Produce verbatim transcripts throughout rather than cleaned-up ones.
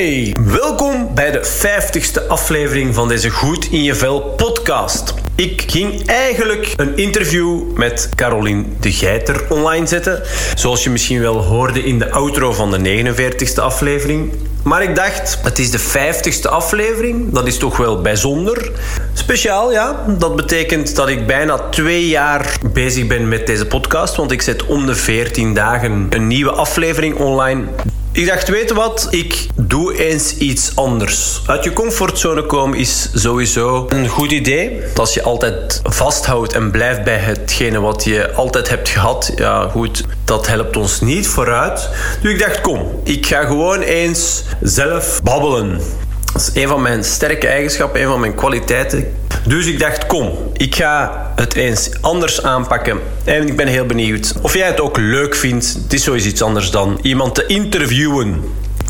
Hey, welkom bij de vijftigste aflevering van deze Goed in je Vel podcast. Ik ging eigenlijk een interview met Caroline de Geiter online zetten, zoals je misschien wel hoorde in de outro van de negenenveertigste aflevering. Maar ik dacht, het is de vijftigste aflevering, dat is toch wel bijzonder. Speciaal, ja. Dat betekent dat ik bijna twee jaar bezig ben met deze podcast, want ik zet om de veertien dagen een nieuwe aflevering online. Ik dacht, weet je wat? Ik doe eens iets anders. Uit je comfortzone komen is sowieso een goed idee. Als je altijd vasthoudt en blijft bij hetgene wat je altijd hebt gehad, ja goed, dat helpt ons niet vooruit. Dus ik dacht, kom, ik ga gewoon eens zelf babbelen. Dat is een van mijn sterke eigenschappen, een van mijn kwaliteiten. Dus ik dacht, kom, ik ga het eens anders aanpakken. En ik ben heel benieuwd of jij het ook leuk vindt. Het is sowieso iets anders dan iemand te interviewen.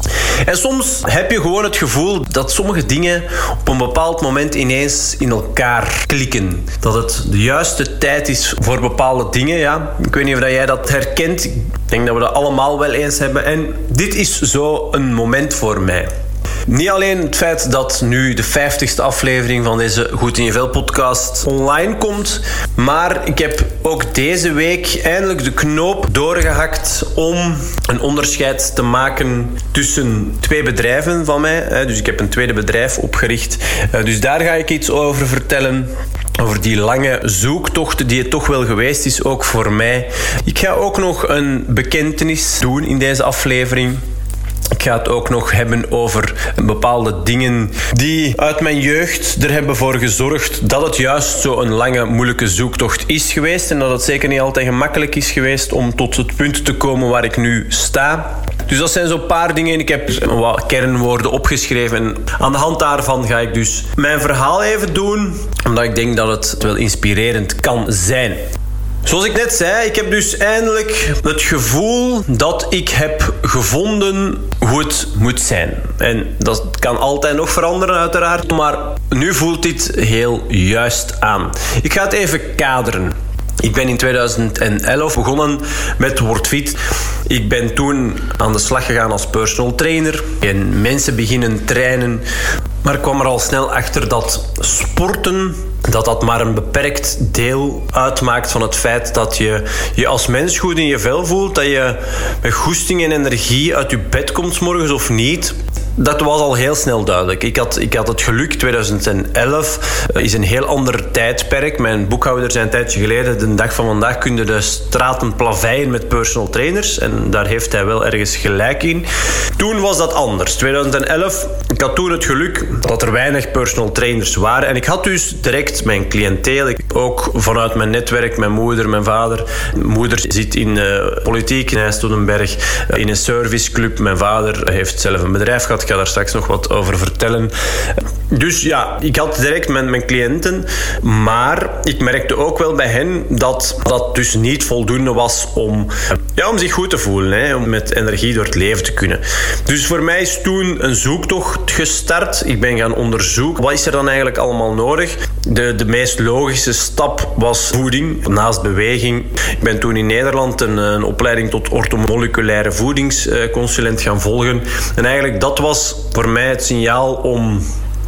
En soms heb je gewoon het gevoel dat sommige dingen op een bepaald moment ineens in elkaar klikken. Dat het de juiste tijd is voor bepaalde dingen. Ja. Ik weet niet of jij dat herkent. Ik denk dat we dat allemaal wel eens hebben. En dit is zo een moment voor mij. Niet alleen het feit dat nu de vijftigste aflevering van deze Goed in je Vel podcast online komt, maar ik heb ook deze week eindelijk de knoop doorgehakt om een onderscheid te maken tussen twee bedrijven van mij. Dus ik heb een tweede bedrijf opgericht. Dus daar ga ik iets over vertellen. Over die lange zoektocht die het toch wel geweest is, ook voor mij. Ik ga ook nog een bekentenis doen in deze aflevering. Ik ga het ook nog hebben over bepaalde dingen die uit mijn jeugd er hebben voor gezorgd dat het juist zo'n lange, moeilijke zoektocht is geweest. En dat het zeker niet altijd gemakkelijk is geweest om tot het punt te komen waar ik nu sta. Dus dat zijn zo'n paar dingen. Ik heb wat kernwoorden opgeschreven. En aan de hand daarvan ga ik dus mijn verhaal even doen, omdat ik denk dat het wel inspirerend kan zijn. Zoals ik net zei, ik heb dus eindelijk het gevoel dat ik heb gevonden hoe het moet zijn. En dat kan altijd nog veranderen uiteraard, maar nu voelt dit heel juist aan. Ik ga het even kaderen. Ik ben in tweeduizend elf begonnen met WordFit. Ik ben toen aan de slag gegaan als personal trainer en mensen beginnen trainen. Maar ik kwam er al snel achter dat sporten, dat dat maar een beperkt deel uitmaakt van het feit dat je je als mens goed in je vel voelt, dat je met goesting en energie uit je bed komt 's morgens of niet. Dat was al heel snel duidelijk. Ik had, ik had het geluk, tweeduizend elf is een heel ander tijdperk. Mijn boekhouder zei een tijdje geleden, de dag van vandaag kun je de straten plaveien met personal trainers. En daar heeft hij wel ergens gelijk in. Toen was dat anders. tweeduizend elf, ik had toen het geluk dat er weinig personal trainers waren. En ik had dus direct mijn cliënteel. Ook vanuit mijn netwerk, mijn moeder, mijn vader. Mijn moeder zit in uh, politiek in IJsseldenberg, uh, in een serviceclub. Mijn vader heeft zelf een bedrijf gehad. Ik ga daar straks nog wat over vertellen. Dus ja, ik had direct mijn, mijn cliënten. Maar ik merkte ook wel bij hen dat dat dus niet voldoende was om, ja, om zich goed te voelen. Hè, om met energie door het leven te kunnen. Dus voor mij is toen een zoektocht gestart. Ik ben gaan onderzoeken. Wat is er dan eigenlijk allemaal nodig? De, de meest logische stap was voeding, naast beweging. Ik ben toen in Nederland een, een opleiding tot orthomoleculaire voedingsconsulent gaan volgen. En eigenlijk dat was voor mij het signaal om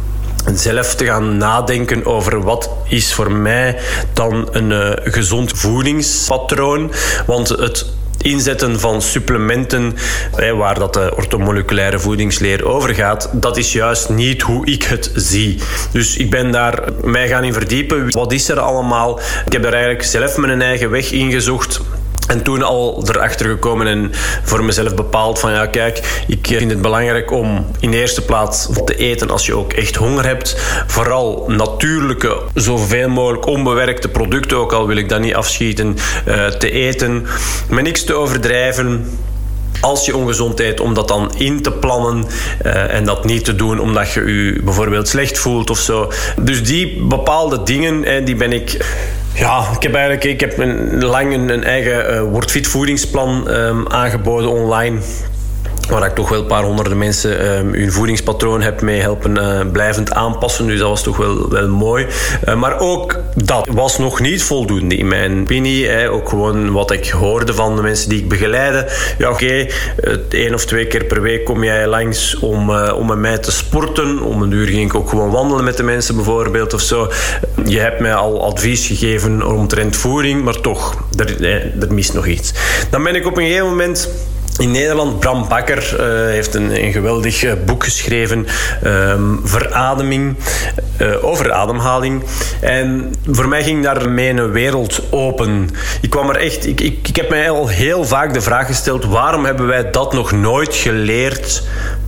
zelf te gaan nadenken over wat is voor mij dan een uh, gezond voedingspatroon. Want het inzetten van supplementen, eh, waar dat de orthomoleculaire voedingsleer over gaat, dat is juist niet hoe ik het zie. Dus ik ben daar mij gaan in verdiepen. Wat is er allemaal? Ik heb daar eigenlijk zelf mijn eigen weg ingezocht. En toen al erachter gekomen en voor mezelf bepaald van ja kijk, ik vind het belangrijk om in de eerste plaats te eten als je ook echt honger hebt. Vooral natuurlijke, zoveel mogelijk onbewerkte producten, ook al wil ik dat niet afschieten, uh, te eten. Met niks te overdrijven. Als je ongezond eet, om dat dan in te plannen uh, en dat niet te doen omdat je je bijvoorbeeld slecht voelt of zo. Dus die bepaalde dingen, eh, die ben ik... Ja, ik heb eigenlijk ik heb een, lang een, een eigen uh, WordFit voedingsplan um, aangeboden online. waar ik toch wel een paar honderden mensen uh, hun voedingspatroon heb mee helpen uh, blijvend aanpassen. Dus dat was toch wel, wel mooi. Uh, maar ook dat was nog niet voldoende in mijn opinie. Hè. Ook gewoon wat ik hoorde van de mensen die ik begeleide. Ja, oké, okay, uh, één of twee keer per week kom jij langs om, uh, om met mij te sporten. Om een uur ging ik ook gewoon wandelen met de mensen bijvoorbeeld of zo. Je hebt mij al advies gegeven omtrent voeding, maar toch, er, er mist nog iets. Dan ben ik op een gegeven moment in Nederland, Bram Bakker uh, heeft een, een geweldig uh, boek geschreven, um, Verademing, uh, over ademhaling. En voor mij ging daarmee een wereld open. Ik kwam er echt, ik, ik, ik heb mij al heel vaak de vraag gesteld, waarom hebben wij dat nog nooit geleerd?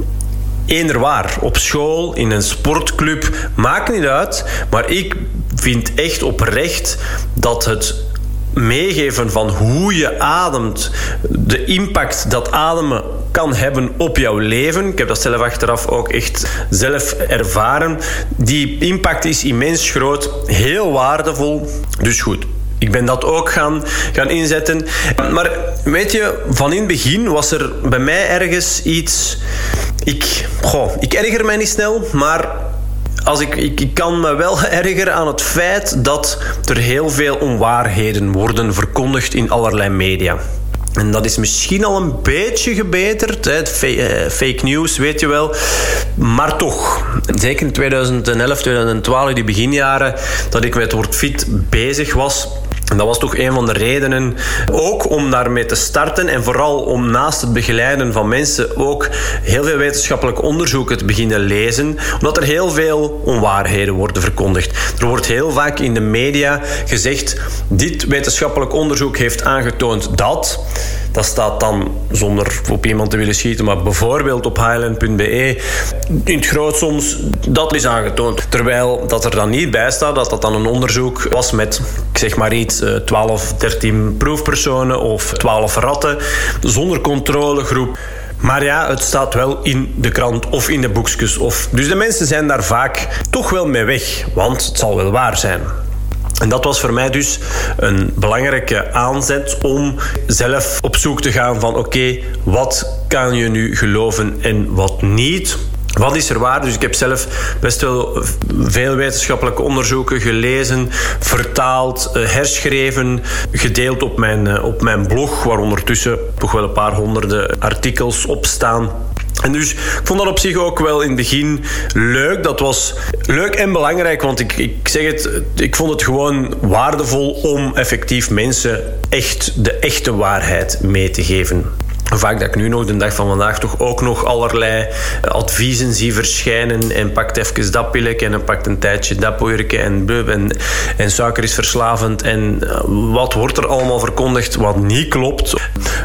Eender waar, op school, in een sportclub, maakt niet uit. Maar ik vind echt oprecht dat het meegeven van hoe je ademt, de impact dat ademen kan hebben op jouw leven. Ik heb dat zelf achteraf ook echt zelf ervaren. Die impact is immens groot, heel waardevol. Dus goed. Ik ben dat ook gaan, gaan inzetten. Maar weet je, van in het begin was er bij mij ergens iets. Ik, goh, ik erger mij niet snel, maar als ik, ik, ik kan me wel ergeren aan het feit dat er heel veel onwaarheden worden verkondigd in allerlei media. En dat is misschien al een beetje gebeterd. Hè. Fake news, weet je wel. Maar toch, zeker in twintig elf, twintig twaalf, die beginjaren, dat ik met Word Fit bezig was. En dat was toch een van de redenen, ook om daarmee te starten en vooral om naast het begeleiden van mensen ook heel veel wetenschappelijk onderzoeken te beginnen lezen, omdat er heel veel onwaarheden worden verkondigd. Er wordt heel vaak in de media gezegd, dit wetenschappelijk onderzoek heeft aangetoond dat. Dat staat dan, zonder op iemand te willen schieten, maar bijvoorbeeld op highland punt b e. In het groot soms, dat is aangetoond. Terwijl dat er dan niet bij staat dat dat dan een onderzoek was met, ik zeg maar iets, twaalf, dertien proefpersonen of twaalf ratten, zonder controlegroep. Maar ja, het staat wel in de krant of in de boekjes. Of... Dus de mensen zijn daar vaak toch wel mee weg, want het zal wel waar zijn. En dat was voor mij dus een belangrijke aanzet om zelf op zoek te gaan van oké, okay, wat kan je nu geloven en wat niet? Wat is er waar? Dus ik heb zelf best wel veel wetenschappelijke onderzoeken gelezen, vertaald, herschreven, gedeeld op mijn, op mijn blog, waar ondertussen toch wel een paar honderden artikels op staan. En dus ik vond dat op zich ook wel in het begin leuk. Dat was leuk en belangrijk, want ik, ik zeg het, ik vond het gewoon waardevol om effectief mensen echt de echte waarheid mee te geven. Vaak dat ik nu nog, de dag van vandaag, toch ook nog allerlei adviezen zie verschijnen. En pakt even dat pilletje en pakt een tijdje dat poeiertje en bub. En, en suiker is verslavend. En wat wordt er allemaal verkondigd wat niet klopt?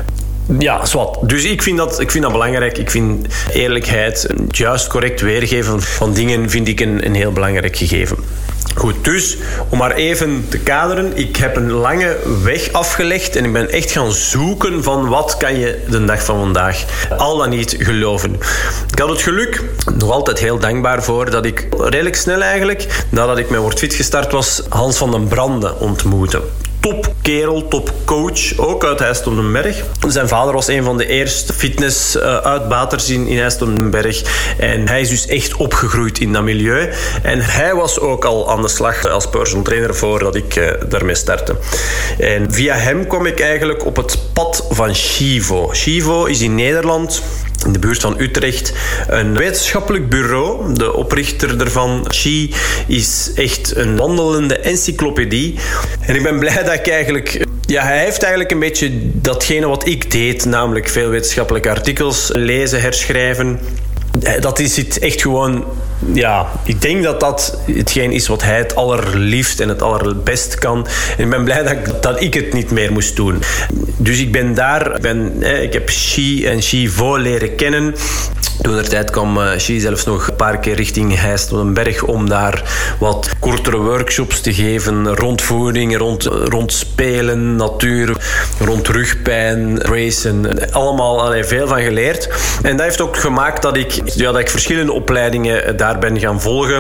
Ja, zwart. Dus ik vind, dat, ik vind dat belangrijk. Ik vind eerlijkheid, het juist correct weergeven van dingen, vind ik een, een heel belangrijk gegeven. Goed, dus om maar even te kaderen. Ik heb een lange weg afgelegd en ik ben echt gaan zoeken van wat kan je de dag van vandaag al dan niet geloven. Ik had het geluk, nog altijd heel dankbaar voor, dat ik redelijk snel eigenlijk, nadat ik met Word Fit gestart was, Hans van den Brande ontmoette. Top kerel, top coach, ook uit IJsselmondenberg. Zijn vader was een van de eerste fitness-uitbaters in, in IJsselmondenberg. En hij is dus echt opgegroeid in dat milieu. En hij was ook al aan de slag als personal trainer voordat ik uh, daarmee startte. En via hem kwam ik eigenlijk op het pad van Chivo. Chivo is in Nederland, in de buurt van Utrecht, een wetenschappelijk bureau. De oprichter daarvan, Chi, is echt een wandelende encyclopedie. En ik ben blij dat ik eigenlijk... Ja, hij heeft eigenlijk een beetje datgene wat ik deed, namelijk veel wetenschappelijke artikels lezen, herschrijven. Dat is het echt gewoon... Ja, ik denk dat dat hetgeen is wat hij het allerliefst en het allerbest kan. En ik ben blij dat ik, dat ik het niet meer moest doen. Dus ik ben daar... Ben, ik heb Chi en Chivo leren kennen. Toen er tijd kwam uh, Chi zelfs nog een paar keer richting IJsselmondenberg om daar wat kortere workshops te geven rond voeding, rond, rond spelen, natuur, rond rugpijn, racen. Allemaal allee, veel van geleerd. En dat heeft ook gemaakt dat ik, ja, dat ik verschillende opleidingen daar ben gaan volgen.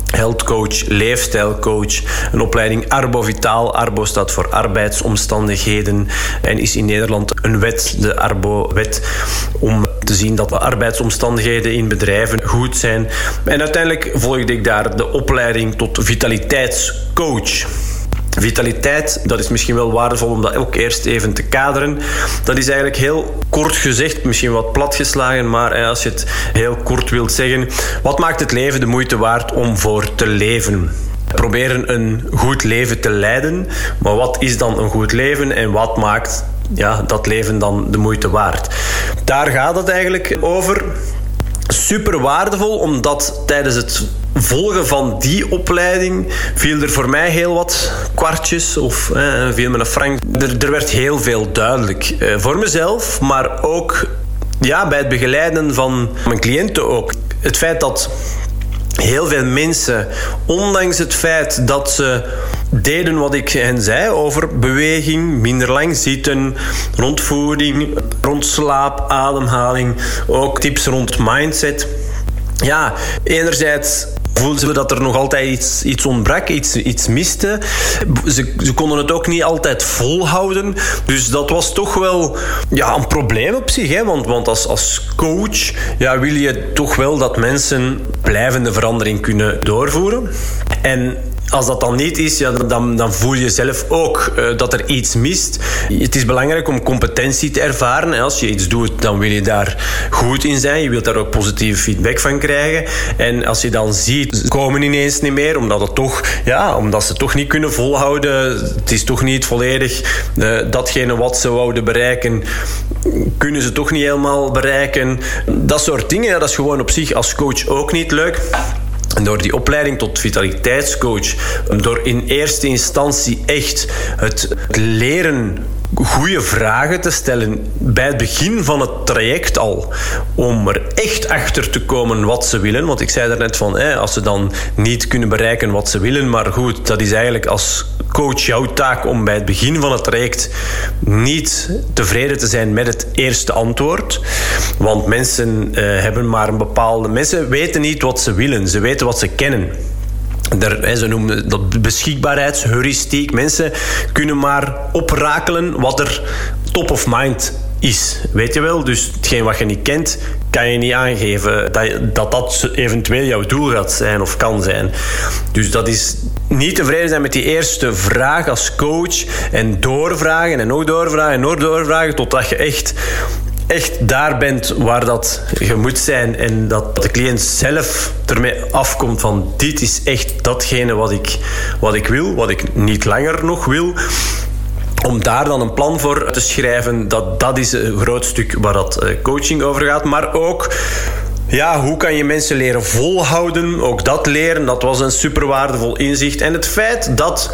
health coach, leefstijlcoach, een opleiding Arbo Vitaal. Arbo staat voor arbeidsomstandigheden en is in Nederland een wet, de Arbo-wet, om te zien dat de arbeidsomstandigheden in bedrijven goed zijn. En uiteindelijk volgde ik daar de opleiding tot vitaliteitscoach. Vitaliteit, dat is misschien wel waardevol om dat ook eerst even te kaderen. Dat is eigenlijk heel kort gezegd, misschien wat platgeslagen, maar als je het heel kort wilt zeggen, wat maakt het leven de moeite waard om voor te leven? Proberen een goed leven te leiden, maar wat is dan een goed leven en wat maakt ja, dat leven dan de moeite waard? Daar gaat het eigenlijk over. Super waardevol, omdat tijdens het volgen van die opleiding viel er voor mij heel wat kwartjes of eh, viel me een frank. Er, er werd heel veel duidelijk. Eh, voor mezelf, maar ook ja, bij het begeleiden van mijn cliënten ook. Het feit dat heel veel mensen, ondanks het feit dat ze deden wat ik hen zei over beweging, minder lang zitten, rond voeding, rond slaap, ademhaling, ook tips rond mindset. Ja, enerzijds voelden ze dat er nog altijd iets, iets ontbrak, iets, iets miste. Ze, ze konden het ook niet altijd volhouden. Dus dat was toch wel ja, een probleem op zich. Hè? Want, want als, als coach ja, wil je toch wel dat mensen blijvende verandering kunnen doorvoeren. En als dat dan niet is, ja, dan, dan voel je zelf ook uh, dat er iets mist. Het is belangrijk om competentie te ervaren. Als je iets doet, dan wil je daar goed in zijn. Je wilt daar ook positieve feedback van krijgen. En als je dan ziet, ze komen ineens niet meer, omdat, het toch, ja, omdat ze toch niet kunnen volhouden. Het is toch niet volledig uh, datgene wat ze wouden bereiken, kunnen ze toch niet helemaal bereiken. Dat soort dingen, ja, dat is gewoon op zich als coach ook niet leuk. En door die opleiding tot vitaliteitscoach, door in eerste instantie echt het leren goede vragen te stellen bij het begin van het traject al, om er echt achter te komen wat ze willen. Want ik zei daarnet van, eh, als ze dan niet kunnen bereiken wat ze willen, maar goed, dat is eigenlijk als coach jouw taak om bij het begin van het traject niet tevreden te zijn met het eerste antwoord. Want mensen eh, hebben maar een bepaalde... Mensen weten niet wat ze willen, ze weten wat ze kennen. Er, ze noemen dat beschikbaarheidsheuristiek. Mensen kunnen maar oprakelen wat er top of mind is. Weet je wel? Dus hetgeen wat je niet kent, kan je niet aangeven dat dat, dat eventueel jouw doel gaat zijn of kan zijn. Dus dat is niet tevreden zijn met die eerste vraag als coach en doorvragen en nog doorvragen en nog doorvragen totdat je echt... echt daar bent waar dat je moet zijn en dat de cliënt zelf ermee afkomt van dit is echt datgene wat ik, wat ik wil, wat ik niet langer nog wil. Om daar dan een plan voor te schrijven, dat, dat is een groot stuk waar dat coaching over gaat. Maar ook, ja, hoe kan je mensen leren volhouden? Ook dat leren, dat was een super waardevol inzicht. En het feit dat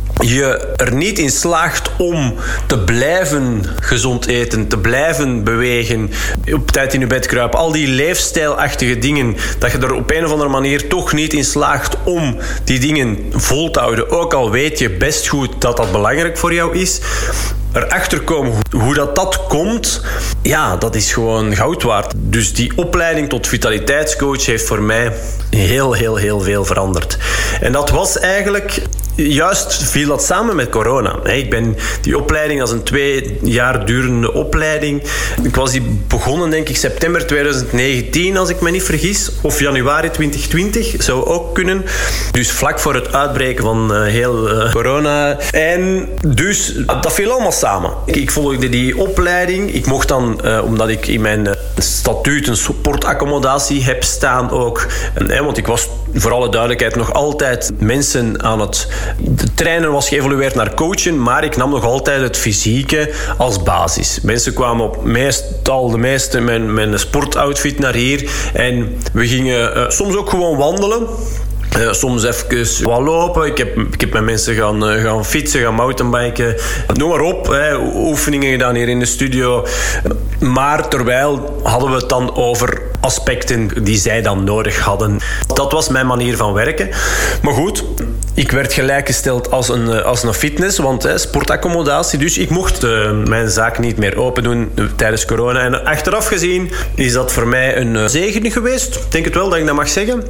je er niet in slaagt om te blijven gezond eten, te blijven bewegen, op tijd in je bed kruipen, al die leefstijlachtige dingen, dat je er op een of andere manier toch niet in slaagt om die dingen vol te houden, ook al weet je best goed dat dat belangrijk voor jou is, erachter komen hoe dat, dat komt, ja, dat is gewoon goud waard. Dus die opleiding tot vitaliteitscoach heeft voor mij heel, heel, heel veel veranderd. En dat was eigenlijk... Juist viel dat samen met corona. Ik ben die opleiding als een twee jaar durende opleiding. Ik was die begonnen, denk ik, september twintig negentien, als ik me niet vergis. Of januari twintig twintig, zou ook kunnen. Dus vlak voor het uitbreken van uh, heel uh, corona. En dus, dat viel allemaal samen. Ik, ik volgde die opleiding. Ik mocht dan, uh, omdat ik in mijn uh, statuut een sportaccommodatie heb staan ook. En, eh, want ik was, voor alle duidelijkheid, nog altijd mensen aan het... De trainer was geëvolueerd naar coachen, maar ik nam nog altijd het fysieke als basis. Mensen kwamen op meestal de meeste met mijn sportoutfit naar hier en we gingen uh, soms ook gewoon wandelen. Uh, soms even wat lopen. Ik heb, ik heb met mensen gaan, uh, gaan fietsen, gaan mountainbiken. Noem maar op. Hè. Oefeningen gedaan hier in de studio. Maar terwijl hadden we het dan over aspecten die zij dan nodig hadden. Dat was mijn manier van werken. Maar goed, ik werd gelijkgesteld als een, als een fitness, want hè, sportaccommodatie. Dus ik mocht uh, mijn zaak niet meer open doen uh, tijdens corona. En achteraf gezien is dat voor mij een uh, zegen geweest. Ik denk het wel dat ik dat mag zeggen.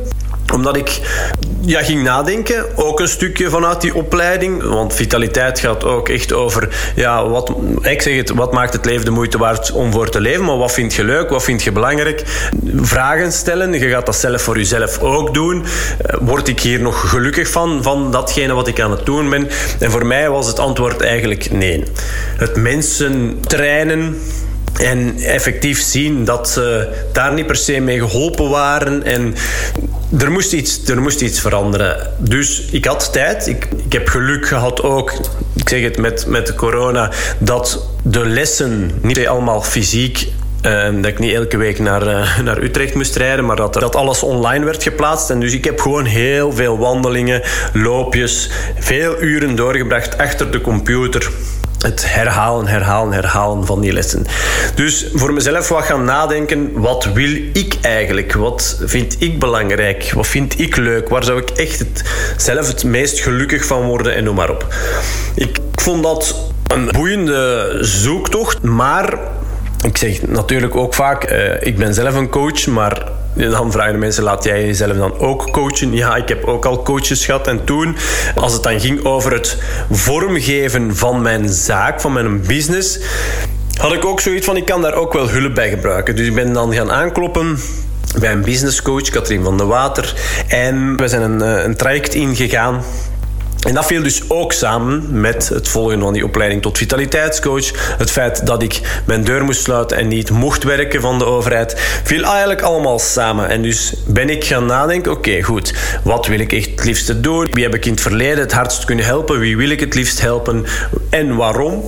Omdat ik ja, ging nadenken, ook een stukje vanuit die opleiding. Want vitaliteit gaat ook echt over, ja, wat, ik zeg het, wat maakt het leven de moeite waard om voor te leven? Maar wat vind je leuk? Wat vind je belangrijk? Vragen stellen, je gaat dat zelf voor jezelf ook doen. Word ik hier nog gelukkig van, van datgene wat ik aan het doen ben? En voor mij was het antwoord eigenlijk nee. Het mensen trainen en effectief zien dat ze daar niet per se mee geholpen waren. En er moest iets, er moest iets veranderen. Dus ik had tijd. Ik, ik heb geluk gehad ook, ik zeg het met, met de corona, dat de lessen niet allemaal fysiek, Uh, dat ik niet elke week naar, uh, naar Utrecht moest rijden, maar dat, dat alles online werd geplaatst. En dus ik heb gewoon heel veel wandelingen, loopjes, veel uren doorgebracht achter de computer. Het herhalen, herhalen, herhalen van die lessen. Dus voor mezelf wat gaan nadenken. Wat wil ik eigenlijk? Wat vind ik belangrijk? Wat vind ik leuk? Waar zou ik echt het, zelf het meest gelukkig van worden? En noem maar op. Ik vond dat een boeiende zoektocht, maar ik zeg natuurlijk ook vaak, uh, ik ben zelf een coach, maar dan vragen de mensen, laat jij jezelf dan ook coachen? Ja, ik heb ook al coaches gehad. En toen, als het dan ging over het vormgeven van mijn zaak, van mijn business, had ik ook zoiets van, ik kan daar ook wel hulp bij gebruiken. Dus ik ben dan gaan aankloppen bij een businesscoach, Katrien van de Water. En we zijn een, een traject ingegaan. En dat viel dus ook samen met het volgen van die opleiding tot vitaliteitscoach. Het feit dat ik mijn deur moest sluiten en niet mocht werken van de overheid, viel eigenlijk allemaal samen. En dus ben ik gaan nadenken, oké, okay, goed, wat wil ik echt het liefste doen? Wie heb ik in het verleden het hardst kunnen helpen? Wie wil ik het liefst helpen? En waarom?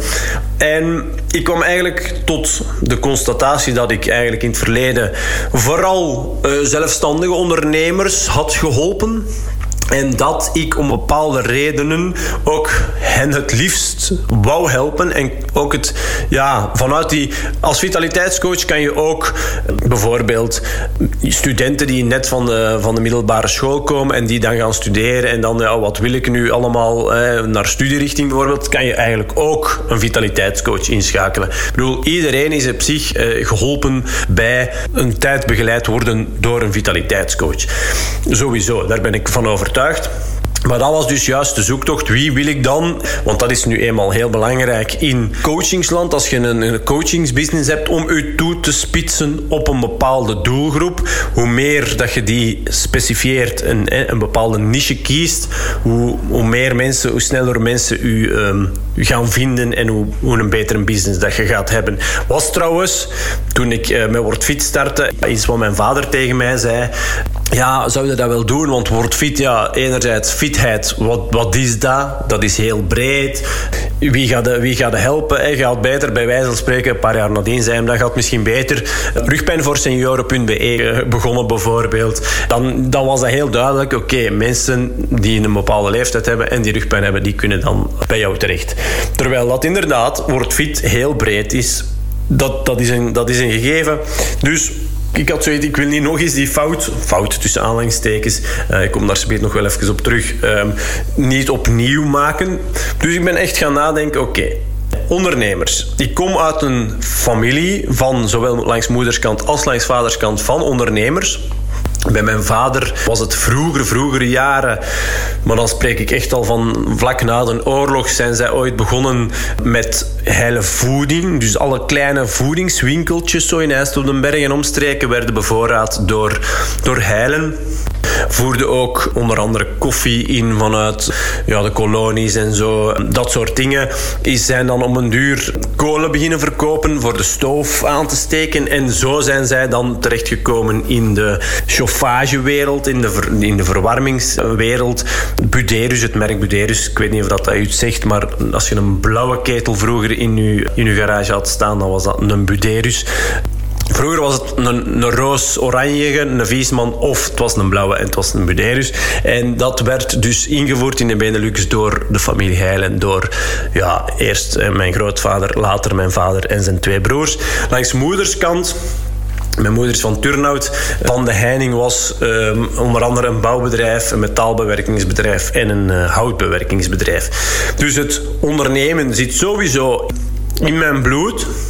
En ik kwam eigenlijk tot de constatatie dat ik eigenlijk in het verleden vooral uh, zelfstandige ondernemers had geholpen. En dat ik om bepaalde redenen ook hen het liefst wou helpen. En ook het, ja, vanuit die, als vitaliteitscoach kan je ook bijvoorbeeld studenten die net van de, van de middelbare school komen en die dan gaan studeren en dan, ja, wat wil ik nu allemaal, eh, naar studierichting bijvoorbeeld, kan je eigenlijk ook een vitaliteitscoach inschakelen. Ik bedoel, iedereen is op zich eh, geholpen bij een tijd begeleid worden door een vitaliteitscoach. Sowieso, daar ben ik van overtuigd. Maar dat was dus juist de zoektocht. Wie wil ik dan? Want dat is nu eenmaal heel belangrijk in coachingsland. Als je een, een coachingsbusiness hebt, om je toe te spitsen op een bepaalde doelgroep. Hoe meer dat je die specifieert, een, een bepaalde niche kiest, hoe, hoe meer mensen, hoe sneller mensen u um, gaan vinden en hoe, hoe een betere business dat je gaat hebben. Was trouwens, toen ik uh, met Word Fit startte, iets wat mijn vader tegen mij zei. Ja, zou je dat wel doen? Want Word Fit, ja, enerzijds fitheid, wat, wat is dat? Dat is heel breed. Wie gaat de, wie gaat de helpen? Hij gaat beter, bij wijze van spreken, een paar jaar nadien zijn, dat gaat misschien beter. Rugpijn voor senioren punt b e begonnen bijvoorbeeld. Dan, dan was dat heel duidelijk, oké, okay, mensen die een bepaalde leeftijd hebben en die rugpijn hebben, die kunnen dan bij jou terecht. Terwijl dat inderdaad, Word Fit, heel breed is. Dat, dat, is, een, dat is een gegeven. Dus ik had zoiets, ik wil niet nog eens die fout, fout tussen aanhalingstekens, uh, ik kom daar speet nog wel even op terug, uh, niet opnieuw maken. Dus ik ben echt gaan nadenken, oké, okay, ondernemers. Ik kom uit een familie van zowel langs moederskant als langs vaderskant van ondernemers. Bij mijn vader was het vroeger, vroegere jaren, maar dan spreek ik echt al van vlak na de oorlog, zijn zij ooit begonnen met heile voeding. Dus alle kleine voedingswinkeltjes zo in IJsselt op den Berg en omstreken werden bevoorraad door, door heilen. Voerde ook onder andere koffie in vanuit ja, de kolonies en zo. Dat soort dingen. Is zijn dan om een duur kolen beginnen verkopen voor de stoof aan te steken. En zo zijn zij dan terechtgekomen in de chauffagewereld, in de, ver, in de verwarmingswereld. Buderus, het merk Buderus. Ik weet niet of dat, dat u zegt, maar als je een blauwe ketel vroeger in je, in je garage had staan, dan was dat een Buderus. Vroeger was het een, een roos-oranje, een Viesman, of het was een blauwe en het was een Buderus. En dat werd dus ingevoerd in de Benelux door de familie Heilen. Door ja, eerst mijn grootvader, later mijn vader en zijn twee broers. Langs moederskant, mijn moeder is van Turnhout. Van de Heining was um, onder andere een bouwbedrijf, een metaalbewerkingsbedrijf en een uh, houtbewerkingsbedrijf. Dus het ondernemen zit sowieso in mijn bloed.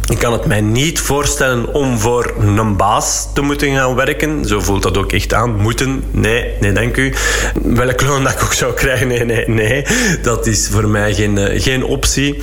Ik kan het mij niet voorstellen om voor een baas te moeten gaan werken. Zo voelt dat ook echt aan. Moeten? Nee, nee, dank u. Welk loon dat ik ook zou krijgen? Nee, nee, nee. Dat is voor mij geen, geen optie.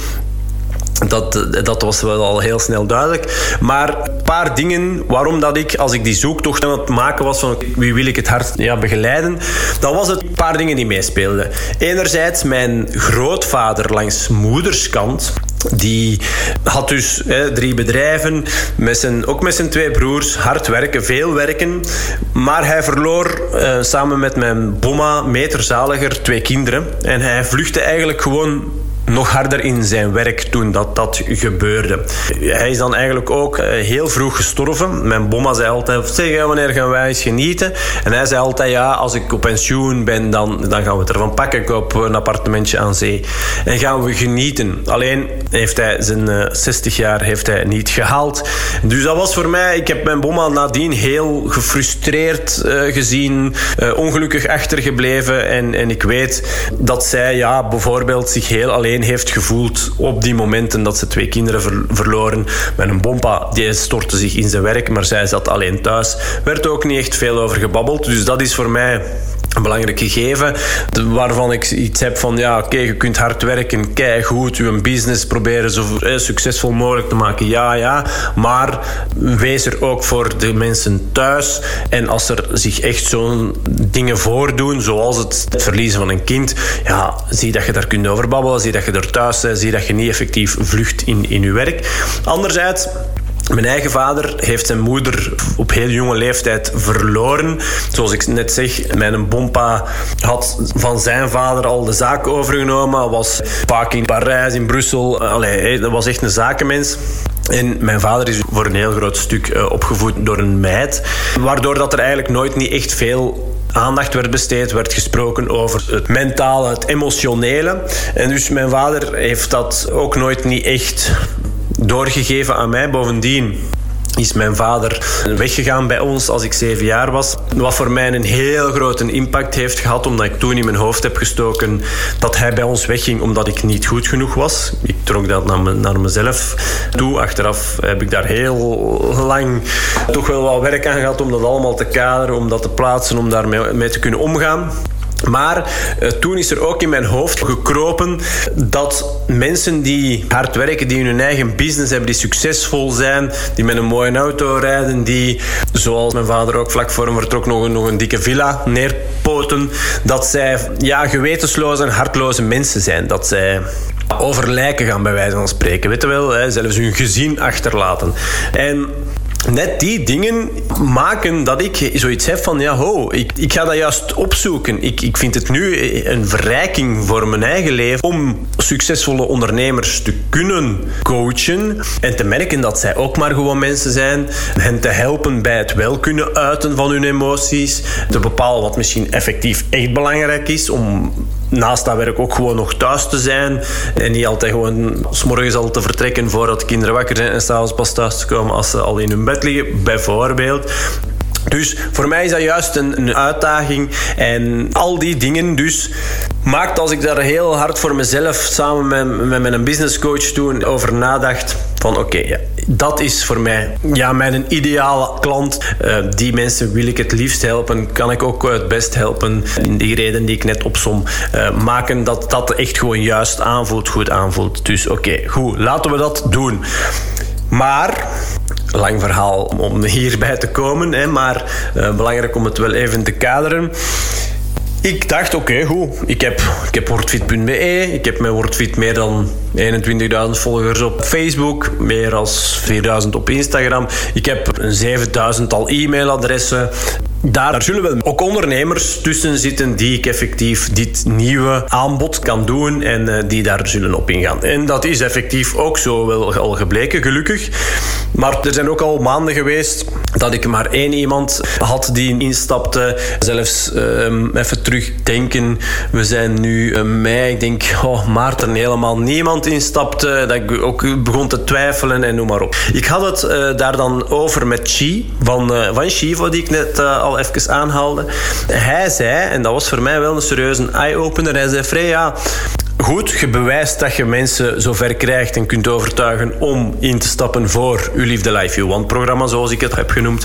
Dat, dat was wel al heel snel duidelijk. Maar een paar dingen waarom dat ik, als ik die zoektocht aan het maken was van wie wil ik het hart ja, begeleiden, dan was het een paar dingen die meespeelden. Enerzijds mijn grootvader langs moederskant. Die had dus hè, drie bedrijven, met zijn, ook met zijn twee broers, hard werken, veel werken. Maar hij verloor uh, samen met mijn bomma, meterzaliger, twee kinderen. En hij vluchtte eigenlijk gewoon nog harder in zijn werk toen dat, dat gebeurde. Hij is dan eigenlijk ook uh, heel vroeg gestorven. Mijn bomma zei altijd, zeg, wanneer gaan wij eens genieten? En hij zei altijd, ja, als ik op pensioen ben, dan, dan gaan we het ervan pakken. Ik koop een appartementje aan zee. En gaan we genieten. Alleen heeft hij zijn uh, zestig jaar heeft hij niet gehaald. Dus dat was voor mij, ik heb mijn bomma nadien heel gefrustreerd uh, gezien, uh, ongelukkig achtergebleven. En, en ik weet dat zij ja, bijvoorbeeld zich heel alleen heeft gevoeld op die momenten dat ze twee kinderen ver- verloren. Mijn bompa, die stortte zich in zijn werk, maar zij zat alleen thuis. Werd ook niet echt veel over gebabbeld. Dus dat is voor mij een belangrijk gegeven, waarvan ik iets heb van, ja, oké, okay, je kunt hard werken, keigoed, je business proberen zo eh, succesvol mogelijk te maken, ja, ja, maar wees er ook voor de mensen thuis. En als er zich echt zo'n dingen voordoen, zoals het verliezen van een kind, ja, zie dat je daar kunt over babbelen, zie dat je er thuis bent, zie dat je niet effectief vlucht in, in je werk. Anderzijds, mijn eigen vader heeft zijn moeder op heel jonge leeftijd verloren. Zoals ik net zeg, mijn bompa had van zijn vader al de zaak overgenomen. Was vaak in Parijs, in Brussel. Allee, dat was echt een zakenmens. En mijn vader is voor een heel groot stuk opgevoed door een meid. Waardoor dat er eigenlijk nooit niet echt veel aandacht werd besteed, werd gesproken over het mentale, het emotionele. En dus mijn vader heeft dat ook nooit niet echt doorgegeven aan mij. Bovendien is mijn vader weggegaan bij ons als ik zeven jaar was. Wat voor mij een heel grote impact heeft gehad, omdat ik toen in mijn hoofd heb gestoken dat hij bij ons wegging omdat ik niet goed genoeg was. Ik trok dat naar, me, naar mezelf toe. Achteraf heb ik daar heel lang toch wel wat werk aan gehad om dat allemaal te kaderen, om dat te plaatsen, om daarmee mee te kunnen omgaan. Maar uh, toen is er ook in mijn hoofd gekropen dat mensen die hard werken, die hun eigen business hebben, die succesvol zijn, die met een mooie auto rijden, die, zoals mijn vader ook vlak voor hem vertrok, nog een, nog een dikke villa neerpoten, dat zij ja, gewetensloze en hartloze mensen zijn. Dat zij over lijken gaan, bij wijze van spreken. Weet je wel, hè, zelfs hun gezin achterlaten. En net die dingen maken dat ik zoiets heb van, ja, ho, ik, ik ga dat juist opzoeken. Ik, ik vind het nu een verrijking voor mijn eigen leven om succesvolle ondernemers te kunnen coachen en te merken dat zij ook maar gewoon mensen zijn. Hen te helpen bij het wel kunnen uiten van hun emoties. Te bepalen wat misschien effectief echt belangrijk is om naast dat werk ook gewoon nog thuis te zijn. En niet altijd gewoon 's morgens al te vertrekken voordat de kinderen wakker zijn en 's avonds pas thuis te komen als ze al in hun bed liggen, bijvoorbeeld. Dus voor mij is dat juist een, een uitdaging. En al die dingen dus maakt, als ik daar heel hard voor mezelf samen met, met mijn businesscoach toen over nadacht, van oké, okay, ja, dat is voor mij ja, mijn ideale klant. Uh, die mensen wil ik het liefst helpen. Kan ik ook het best helpen. Die reden die ik net opsom uh, maken dat dat echt gewoon juist aanvoelt, goed aanvoelt. Dus oké, okay, goed, laten we dat doen. Maar lang verhaal om hierbij te komen, hè, maar uh, belangrijk om het wel even te kaderen. Ik dacht, oké, okay, goed. Ik heb, ik heb wordfit punt be. Ik heb met Wordfit meer dan eenentwintigduizend volgers op Facebook. Meer dan vierduizend op Instagram. Ik heb een zevenduizendtal e-mailadressen. Daar zullen wel ook ondernemers tussen zitten die ik effectief dit nieuwe aanbod kan doen en uh, die daar zullen op ingaan. En dat is effectief ook zo wel al gebleken, gelukkig. Maar er zijn ook al maanden geweest dat ik maar één iemand had die instapte. Zelfs uh, even terugdenken, we zijn nu uh, mei, ik denk oh, maart er helemaal niemand instapte. Dat ik ook begon te twijfelen en noem maar op. Ik had het uh, daar dan over met Chi van, uh, van Chivo, die ik net uh, al even aanhaalde. Hij zei, en dat was voor mij wel een serieuze eye-opener, hij zei, Freya, goed, je bewijst dat je mensen zover krijgt en kunt overtuigen om in te stappen voor uw Live the Life You Want programma, zoals ik het heb genoemd.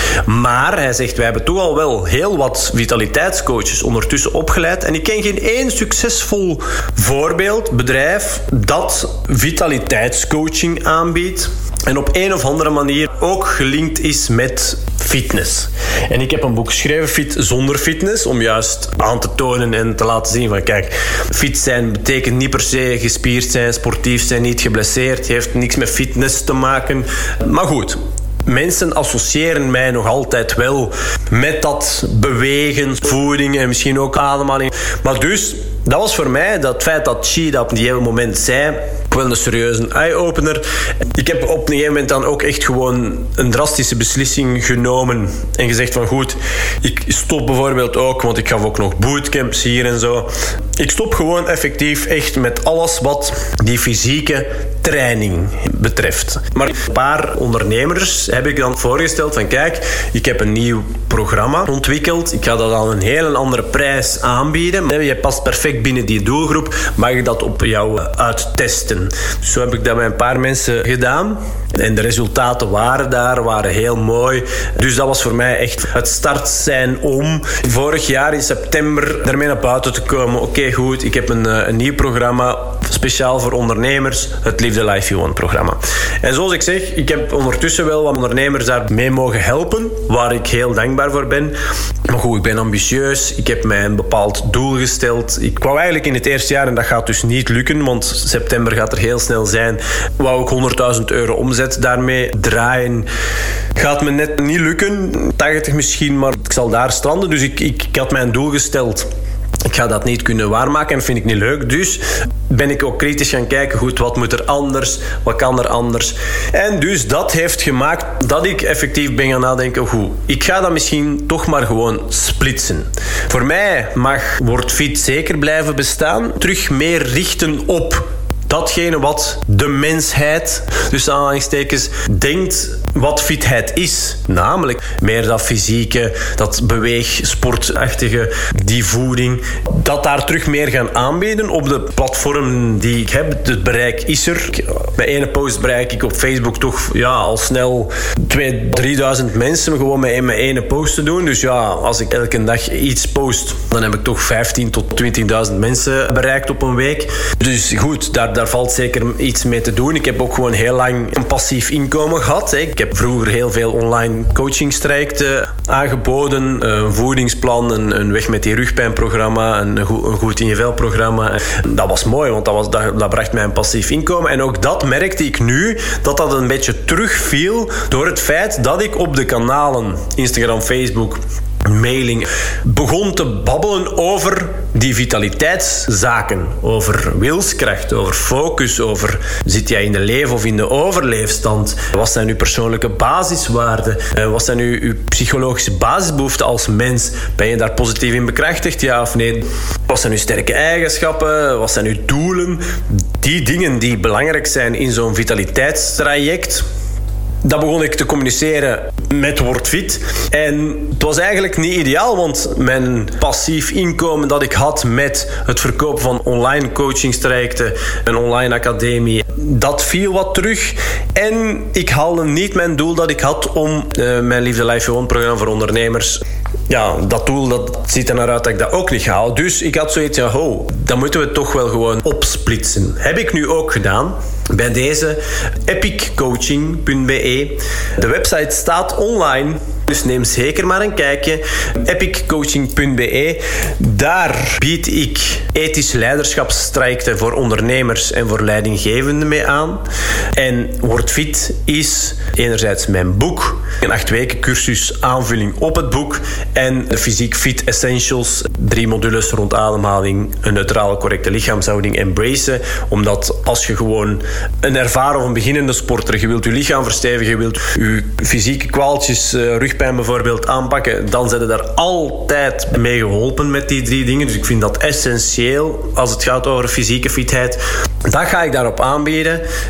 Maar hij zegt, wij hebben toch al wel heel wat vitaliteitscoaches ondertussen opgeleid. En ik ken geen één succesvol voorbeeld, bedrijf, dat vitaliteitscoaching aanbiedt. En op een of andere manier ook gelinkt is met fitness. En ik heb een boek geschreven, Fit zonder fitness, om juist aan te tonen en te laten zien van kijk, fit zijn betekent niet per se gespierd zijn, sportief zijn, niet geblesseerd, heeft niks met fitness te maken. Maar goed, mensen associëren mij nog altijd wel met dat bewegen, voeding en misschien ook ademhaling. Maar dus, dat was voor mij, dat feit dat Chi dat op die hele moment zei, wel een serieuze eye-opener. Ik heb op een gegeven moment dan ook echt gewoon een drastische beslissing genomen en gezegd van goed, ik stop bijvoorbeeld ook, want ik gaf ook nog bootcamps hier en zo. Ik stop gewoon effectief echt met alles wat die fysieke training betreft. Maar een paar ondernemers heb ik dan voorgesteld van kijk, ik heb een nieuw programma ontwikkeld. Ik ga dat aan een hele andere prijs aanbieden. Je past perfect binnen die doelgroep. Mag ik dat op jou uittesten? Dus zo heb ik dat met een paar mensen gedaan. En de resultaten waren daar, waren heel mooi. Dus dat was voor mij echt het start zijn om vorig jaar in september ermee naar buiten te komen. Oké, okay, goed, ik heb een, een nieuw programma speciaal voor ondernemers, het Live the Life You Want programma. En zoals ik zeg, ik heb ondertussen wel wat ondernemers daar mee mogen helpen, waar ik heel dankbaar voor ben. Maar goed, ik ben ambitieus, ik heb mij een bepaald doel gesteld. Ik wou eigenlijk in het eerste jaar, en dat gaat dus niet lukken, want september gaat er heel snel zijn, wou ik honderdduizend euro omzet daarmee draaien. Gaat me net niet lukken, tachtig misschien, maar ik zal daar stranden. Dus ik, ik, ik had mijn doel gesteld. Ik ga dat niet kunnen waarmaken en dat vind ik niet leuk. Dus ben ik ook kritisch gaan kijken, goed, wat moet er anders? Wat kan er anders? En dus dat heeft gemaakt dat ik effectief ben gaan nadenken, goed, ik ga dat misschien toch maar gewoon splitsen. Voor mij mag Word Fit zeker blijven bestaan. Terug meer richten op datgene wat de mensheid, dus aanhalingstekens, denkt wat fitheid is. Namelijk meer dat fysieke, dat beweeg, sportachtige, die voeding. Dat daar terug meer gaan aanbieden op de platform die ik heb. Het bereik is er. Bij ene post bereik ik op Facebook toch ja, al snel tweeduizend, drieduizend mensen gewoon met mijn ene post te doen. Dus ja, als ik elke dag iets post, dan heb ik toch vijftien tot twintigduizend mensen bereikt op een week. Dus goed, daar Daar valt zeker iets mee te doen. Ik heb ook gewoon heel lang een passief inkomen gehad. Ik heb vroeger heel veel online coachingstrajecten aangeboden. Een voedingsplan, een, een weg met die rugpijnprogramma, een, een goed in je vel programma. Dat was mooi, want dat, was, dat, dat bracht mij een passief inkomen. En ook dat merkte ik nu, dat dat een beetje terugviel door het feit dat ik op de kanalen Instagram, Facebook, mailing begon te babbelen over die vitaliteitszaken, over wilskracht, over focus, over zit jij in de leef- of in de overleefstand? Wat zijn uw persoonlijke basiswaarden? Wat zijn uw, uw psychologische basisbehoeften als mens? Ben je daar positief in bekrachtigd, ja of nee? Wat zijn uw sterke eigenschappen? Wat zijn uw doelen? Die dingen die belangrijk zijn in zo'n vitaliteitstraject, dat begon ik te communiceren met Word Fit. En het was eigenlijk niet ideaal, want mijn passief inkomen dat ik had met het verkopen van online coachingstrajecten, een online academie, dat viel wat terug. En ik haalde niet mijn doel dat ik had om uh, mijn Live the Life You Want programma voor ondernemers. Ja, dat doel dat ziet er naar uit dat ik dat ook niet haal. Dus ik had zoiets van, ho, dan moeten we het toch wel gewoon opsplitsen. Heb ik nu ook gedaan. Bij deze epic coaching punt b e. De website staat online, dus neem zeker maar een kijkje. epic coaching punt b e. Daar bied ik ethische leiderschapstrajecten voor ondernemers en voor leidinggevenden mee aan. En Word Fit is enerzijds mijn boek, een acht weken cursus aanvulling op het boek en de Fysiek Fit Essentials, drie modules rond ademhaling, een neutrale correcte lichaamshouding, embracen. Omdat als je gewoon een ervaren of een beginnende sporter, je wilt je lichaam verstevigen, je wilt je fysieke kwaaltjes, uh, rugpijn bijvoorbeeld aanpakken, dan zijn er daar altijd mee geholpen met die drie dingen. Dus ik vind dat essentieel als het gaat over fysieke fitheid. Dat ga ik daarop aanbieden.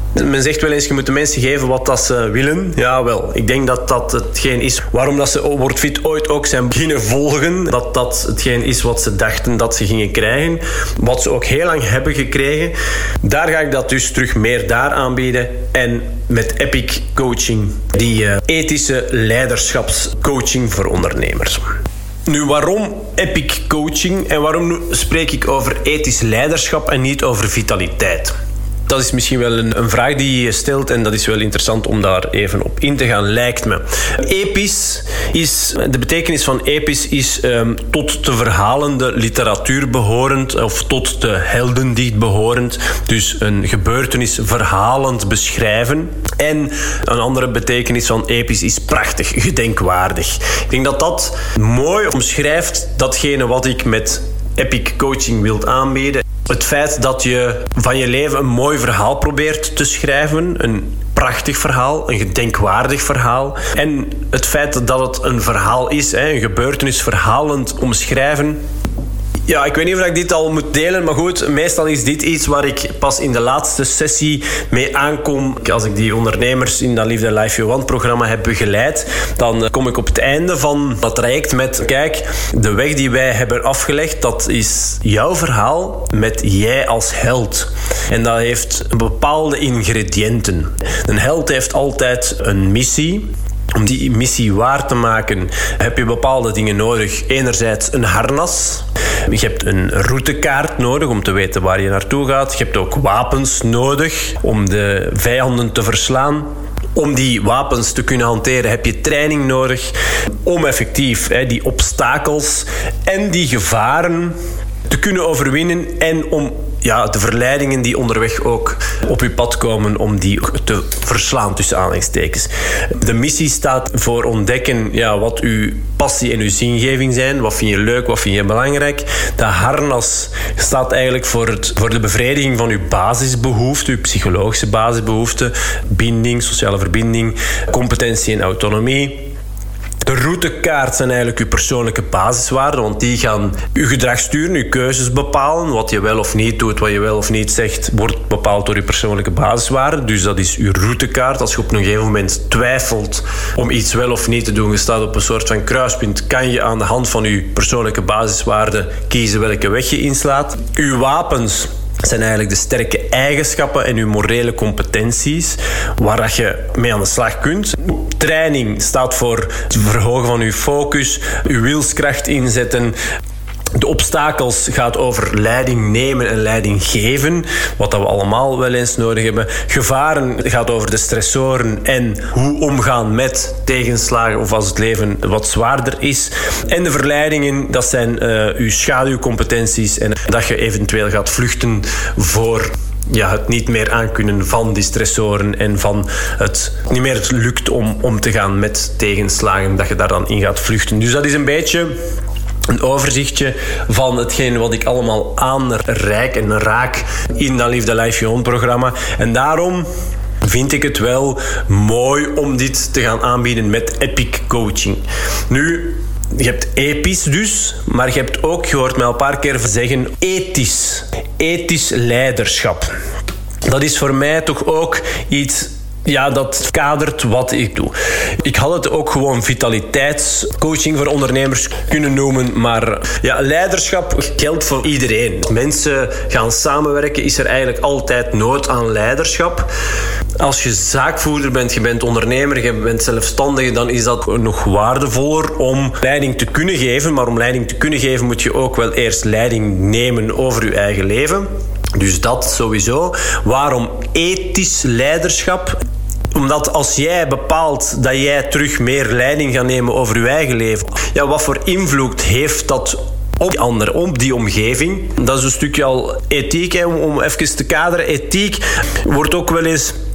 Men zegt wel eens, je moet de mensen geven wat dat ze willen. Ja, wel. Ik denk dat dat hetgeen is waarom dat ze Word Fit ooit ook zijn beginnen volgen. Dat dat hetgeen is wat ze dachten dat ze gingen krijgen. Wat ze ook heel lang hebben gekregen. Daar ga ik dat dus terug meer daar aanbieden. En met Epic Coaching, die uh, ethische leiderschapscoaching voor ondernemers. Nu, waarom Epic Coaching en waarom spreek ik over ethisch leiderschap en niet over vitaliteit? Dat is misschien wel een, een vraag die je stelt en dat is wel interessant om daar even op in te gaan, lijkt me. Episch is, de betekenis van episch is um, tot de verhalende literatuur behorend of tot de heldendicht behorend. Dus een gebeurtenis verhalend beschrijven. En een andere betekenis van episch is prachtig, gedenkwaardig. Ik denk dat dat mooi omschrijft datgene wat ik met Epic Coaching wil aanbieden. Het feit dat je van je leven een mooi verhaal probeert te schrijven. Een prachtig verhaal, een gedenkwaardig verhaal. En het feit dat het een verhaal is, een gebeurtenis verhalend omschrijven. Ja, ik weet niet of ik dit al moet delen, maar goed, meestal is dit iets waar ik pas in de laatste sessie mee aankom. Als ik die ondernemers in dat Live the Life You Want programma heb begeleid, dan kom ik op het einde van dat traject met, kijk, de weg die wij hebben afgelegd, dat is jouw verhaal met jij als held. En dat heeft bepaalde ingrediënten. Een held heeft altijd een missie. Om die missie waar te maken heb je bepaalde dingen nodig. Enerzijds een harnas. Je hebt een routekaart nodig om te weten waar je naartoe gaat. Je hebt ook wapens nodig om de vijanden te verslaan. Om die wapens te kunnen hanteren heb je training nodig. Om effectief hè, die obstakels en die gevaren te kunnen overwinnen. En om ja, de verleidingen die onderweg ook op je pad komen, om die te verslaan tussen aanhalingstekens. De missie staat voor ontdekken ja, wat uw passie en uw zingeving zijn. Wat vind je leuk, wat vind je belangrijk. De harnas staat eigenlijk voor, het, voor de bevrediging van uw basisbehoeften, uw psychologische basisbehoeften. Binding, sociale verbinding, competentie en autonomie. De routekaart zijn eigenlijk uw persoonlijke basiswaarden, want die gaan uw gedrag sturen, uw keuzes bepalen. Wat je wel of niet doet, wat je wel of niet zegt, wordt bepaald door uw persoonlijke basiswaarden. Dus dat is uw routekaart. Als je op een gegeven moment twijfelt om iets wel of niet te doen, je staat op een soort van kruispunt, kan je aan de hand van uw persoonlijke basiswaarden kiezen welke weg je inslaat. Uw wapens zijn eigenlijk de sterke eigenschappen en uw morele competenties waar dat je mee aan de slag kunt. Training staat voor het verhogen van uw focus, uw wilskracht inzetten. De obstakels gaat over leiding nemen en leiding geven, wat dat we allemaal wel eens nodig hebben. Gevaren gaat over de stressoren en hoe omgaan met tegenslagen of als het leven wat zwaarder is. En de verleidingen, dat zijn uh, uw schaduwcompetenties en dat je eventueel gaat vluchten voor ja, het niet meer aankunnen van die stressoren en van het niet meer lukt om om te gaan met tegenslagen, dat je daar dan in gaat vluchten. Dus dat is een beetje een overzichtje van hetgeen wat ik allemaal aanreik en raak in dat Live the Life You Want programma. En daarom vind ik het wel mooi om dit te gaan aanbieden met Epic Coaching. Nu, je hebt episch dus, maar je hebt ook, je hoort mij al een paar keer zeggen, ethisch. Ethisch leiderschap. Dat is voor mij toch ook iets, ja, dat kadert wat ik doe. Ik had het ook gewoon vitaliteitscoaching voor ondernemers kunnen noemen, maar ja, leiderschap geldt voor iedereen. Als mensen gaan samenwerken, is er eigenlijk altijd nood aan leiderschap. Als je zaakvoerder bent, je bent ondernemer, je bent zelfstandige, dan is dat nog waardevoller om leiding te kunnen geven. Maar om leiding te kunnen geven moet je ook wel eerst leiding nemen over je eigen leven. Dus dat sowieso. Waarom ethisch leiderschap? Omdat als jij bepaalt dat jij terug meer leiding gaat nemen over je eigen leven, ja, wat voor invloed heeft dat op die anderen, op die omgeving? Dat is een stukje al ethiek, hè, om even te kaderen. Ethiek wordt ook wel eens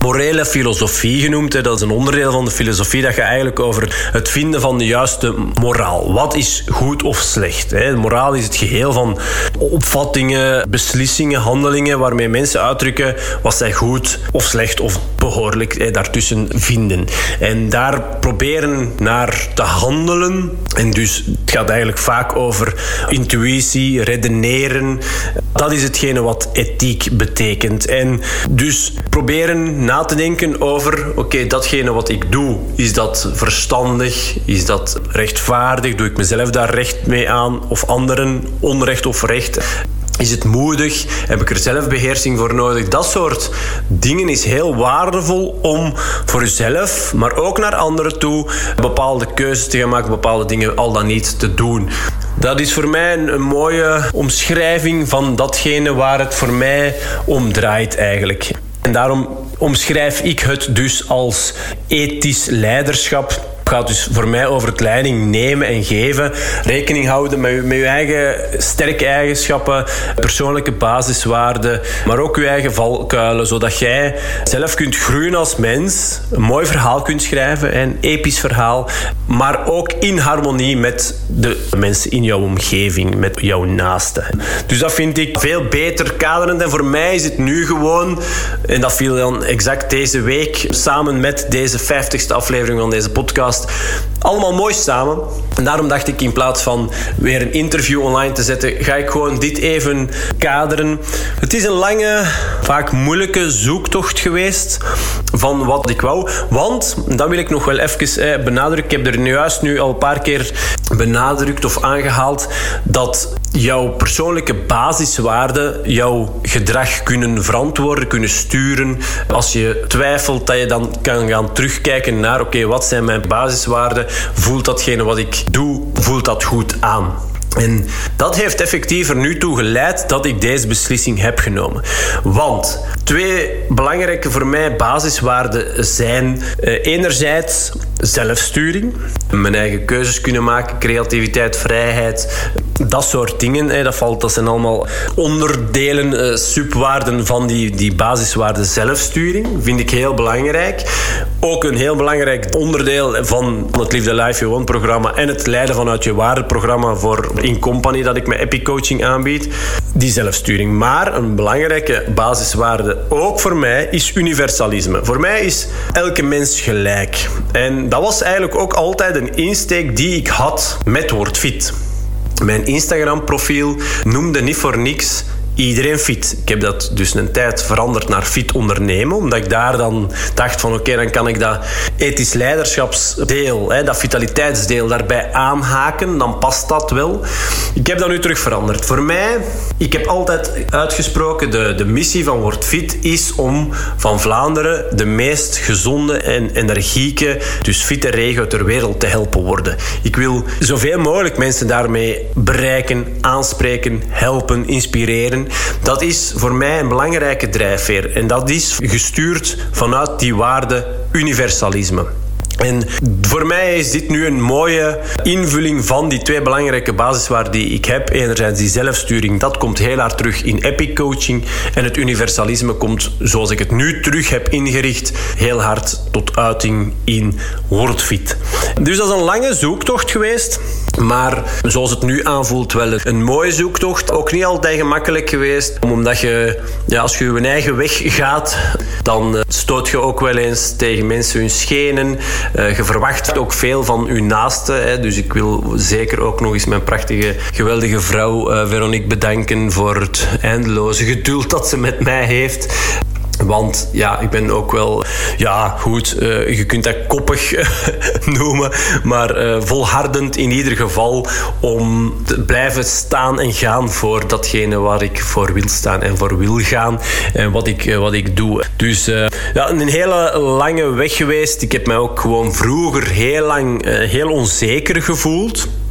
morele filosofie genoemd. Hè. Dat is een onderdeel van de filosofie dat gaat eigenlijk over het vinden van de juiste moraal. Wat is goed of slecht? Hè? De moraal is het geheel van opvattingen, beslissingen, handelingen waarmee mensen uitdrukken wat zij goed of slecht of behoorlijk hè, daartussen vinden. En daar proberen naar te handelen. En dus het gaat eigenlijk vaak over intuïtie, redeneren. Dat is hetgene wat ethiek betekent. En dus proberen na te denken over, oké, okay, datgene wat ik doe, is dat verstandig? Is dat rechtvaardig? Doe ik mezelf daar recht mee aan? Of anderen onrecht of recht? Is het moedig? Heb ik er zelfbeheersing voor nodig? Dat soort dingen is heel waardevol om voor jezelf, maar ook naar anderen toe, bepaalde keuzes te gaan maken, bepaalde dingen al dan niet te doen. Dat is voor mij een, een mooie omschrijving van datgene waar het voor mij om draait eigenlijk. En daarom omschrijf ik het dus als ethisch leiderschap. Het gaat dus voor mij over het leiding nemen en geven. Rekening houden met je, met je eigen sterke eigenschappen, persoonlijke basiswaarden, maar ook je eigen valkuilen, zodat jij zelf kunt groeien als mens, een mooi verhaal kunt schrijven, een episch verhaal, maar ook in harmonie met de mensen in jouw omgeving, met jouw naasten. Dus dat vind ik veel beter kaderend. En voor mij is het nu gewoon, en dat viel dan exact deze week, samen met deze vijftigste aflevering van deze podcast, allemaal mooi samen. En daarom dacht ik, in plaats van weer een interview online te zetten, ga ik gewoon dit even kaderen. Het is een lange, vaak moeilijke zoektocht geweest van wat ik wou. Want, dat wil ik nog wel even eh, benadrukken. Ik heb er nu juist nu al een paar keer benadrukt of aangehaald dat jouw persoonlijke basiswaarden jouw gedrag kunnen verantwoorden, kunnen sturen. Als je twijfelt, dat je dan kan gaan terugkijken naar, oké, okay, wat zijn mijn basiswaarden? Voelt datgene wat ik doe, voelt dat goed aan? En dat heeft effectief er nu toe geleid dat ik deze beslissing heb genomen. Want twee belangrijke voor mij basiswaarden zijn uh, enerzijds zelfsturing. Mijn eigen keuzes kunnen maken, creativiteit, vrijheid, dat soort dingen. Hè, dat, valt, dat zijn allemaal onderdelen, uh, subwaarden van die, die basiswaarde zelfsturing. Vind ik heel belangrijk. Ook een heel belangrijk onderdeel van het Live the Life You Want programma en het leiden vanuit je waardeprogramma voor In Company dat ik met Epic Coaching aanbied. Die zelfsturing. Maar een belangrijke basiswaarde ook voor mij is universalisme. Voor mij is elke mens gelijk. En dat was eigenlijk ook altijd een insteek die ik had met Word Fit. Mijn Instagram profiel noemde niet voor niks Iedereen fit. Ik heb dat dus een tijd veranderd naar fit ondernemen, omdat ik daar dan dacht van oké, okay, dan kan ik dat ethisch leiderschapsdeel, hè, dat vitaliteitsdeel daarbij aanhaken, dan past dat wel. Ik heb dat nu terug veranderd. Voor mij, ik heb altijd uitgesproken, de, de missie van Word Fit is om van Vlaanderen de meest gezonde en energieke, dus fitte regio ter wereld te helpen worden. Ik wil zoveel mogelijk mensen daarmee bereiken, aanspreken, helpen, inspireren. Dat is voor mij een belangrijke drijfveer. En dat is gestuurd vanuit die waarde universalisme. En voor mij is dit nu een mooie invulling van die twee belangrijke basiswaarden die ik heb. Enerzijds die zelfsturing, dat komt heel hard terug in Epic Coaching. En het universalisme komt, zoals ik het nu terug heb ingericht, heel hard tot uiting in Word Fit. Dus dat is een lange zoektocht geweest. Maar zoals het nu aanvoelt, wel een mooie zoektocht. Ook niet altijd gemakkelijk geweest. Omdat je, ja, als je je eigen weg gaat, dan stoot je ook wel eens tegen mensen hun schenen. Uh, je verwacht ook veel van je naasten. Hè. Dus ik wil zeker ook nog eens mijn prachtige, geweldige vrouw uh, Veronique bedanken voor het eindeloze geduld dat ze met mij heeft. Want ja, ik ben ook wel, ja goed, uh, je kunt dat koppig uh, noemen, maar uh, volhardend in ieder geval om te blijven staan en gaan voor datgene waar ik voor wil staan en voor wil gaan en wat ik, uh, wat ik doe. Dus uh, ja, een hele lange weg geweest. Ik heb mij ook gewoon vroeger heel lang uh, heel onzeker gevoeld.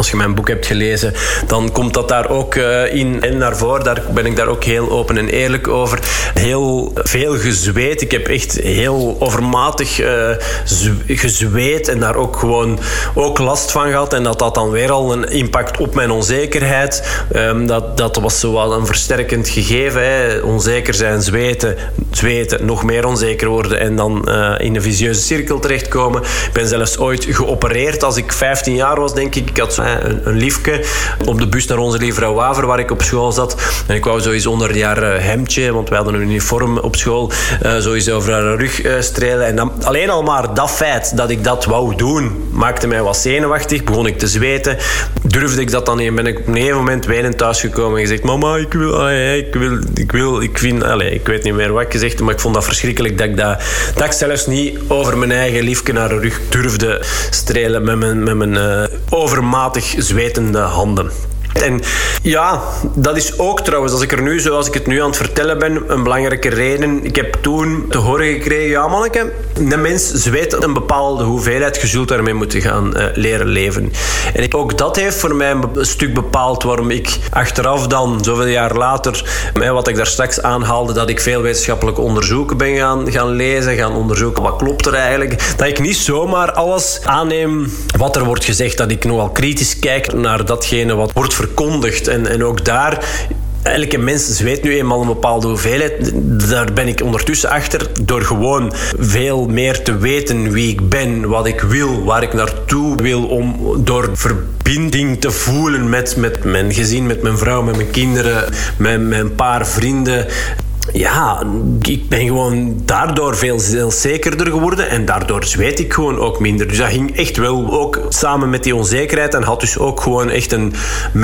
Als je mijn boek hebt gelezen, dan komt dat daar ook uh, in en naar voren. Daar ben ik daar ook heel open en eerlijk over. Heel veel gezweet. Ik heb echt heel overmatig uh, gezweet en daar ook gewoon ook last van gehad. En dat had dan weer al een impact op mijn onzekerheid. Um, dat, dat was zo wel een versterkend gegeven. Hè. Onzeker zijn, zweten, zweten, nog meer onzeker worden en dan uh, in een vicieuze cirkel terechtkomen. Ik ben zelfs ooit geopereerd als ik vijftien jaar was, denk ik. Ik had zo, hè, een, een liefke op de bus naar Onze Lieve Vrouw Waver, waar ik op school zat. En ik wou sowieso onder haar uh, hemdje, want wij hadden een uniform op school, uh, sowieso over haar rug uh, strelen. En dan, alleen al maar dat feit dat ik dat wou doen, maakte mij wat zenuwachtig. Begon ik te zweten. Durfde ik dat dan niet? Ben ik op een gegeven moment wenend thuisgekomen en gezegd: mama, ik wil, allee, ik wil, ik wil, ik vind, allee, ik weet niet meer wat ik gezegd heb, maar ik vond dat verschrikkelijk dat ik dat, dat ik zelfs niet over mijn eigen liefke naar de rug durfde strelen met mijn, met mijn uh, overmatig zwetende handen. En ja, dat is ook trouwens, als ik er nu, zoals ik het nu aan het vertellen ben, een belangrijke reden. Ik heb toen te horen gekregen: ja manneke, de mens zweet een bepaalde hoeveelheid, je zult daarmee moeten gaan uh, leren leven. En ook dat heeft voor mij een stuk bepaald waarom ik achteraf dan, zoveel jaar later, wat ik daar straks aanhaalde, dat ik veel wetenschappelijke onderzoeken ben gaan, gaan lezen, gaan onderzoeken wat klopt er eigenlijk. Dat ik niet zomaar alles aanneem wat er wordt gezegd, dat ik nogal kritisch kijk naar datgene wat wordt verkondigd. En, en ook daar, elke mens zweet nu eenmaal een bepaalde hoeveelheid. Daar ben ik ondertussen achter door gewoon veel meer te weten wie ik ben, wat ik wil, waar ik naartoe wil, om door verbinding te voelen met, met mijn gezin, met mijn vrouw, met mijn kinderen, met mijn paar vrienden. Ja, ik ben gewoon daardoor veel zelfzekerder geworden en daardoor zweet ik gewoon ook minder. Dus dat ging echt wel ook samen met die onzekerheid en had dus ook gewoon echt een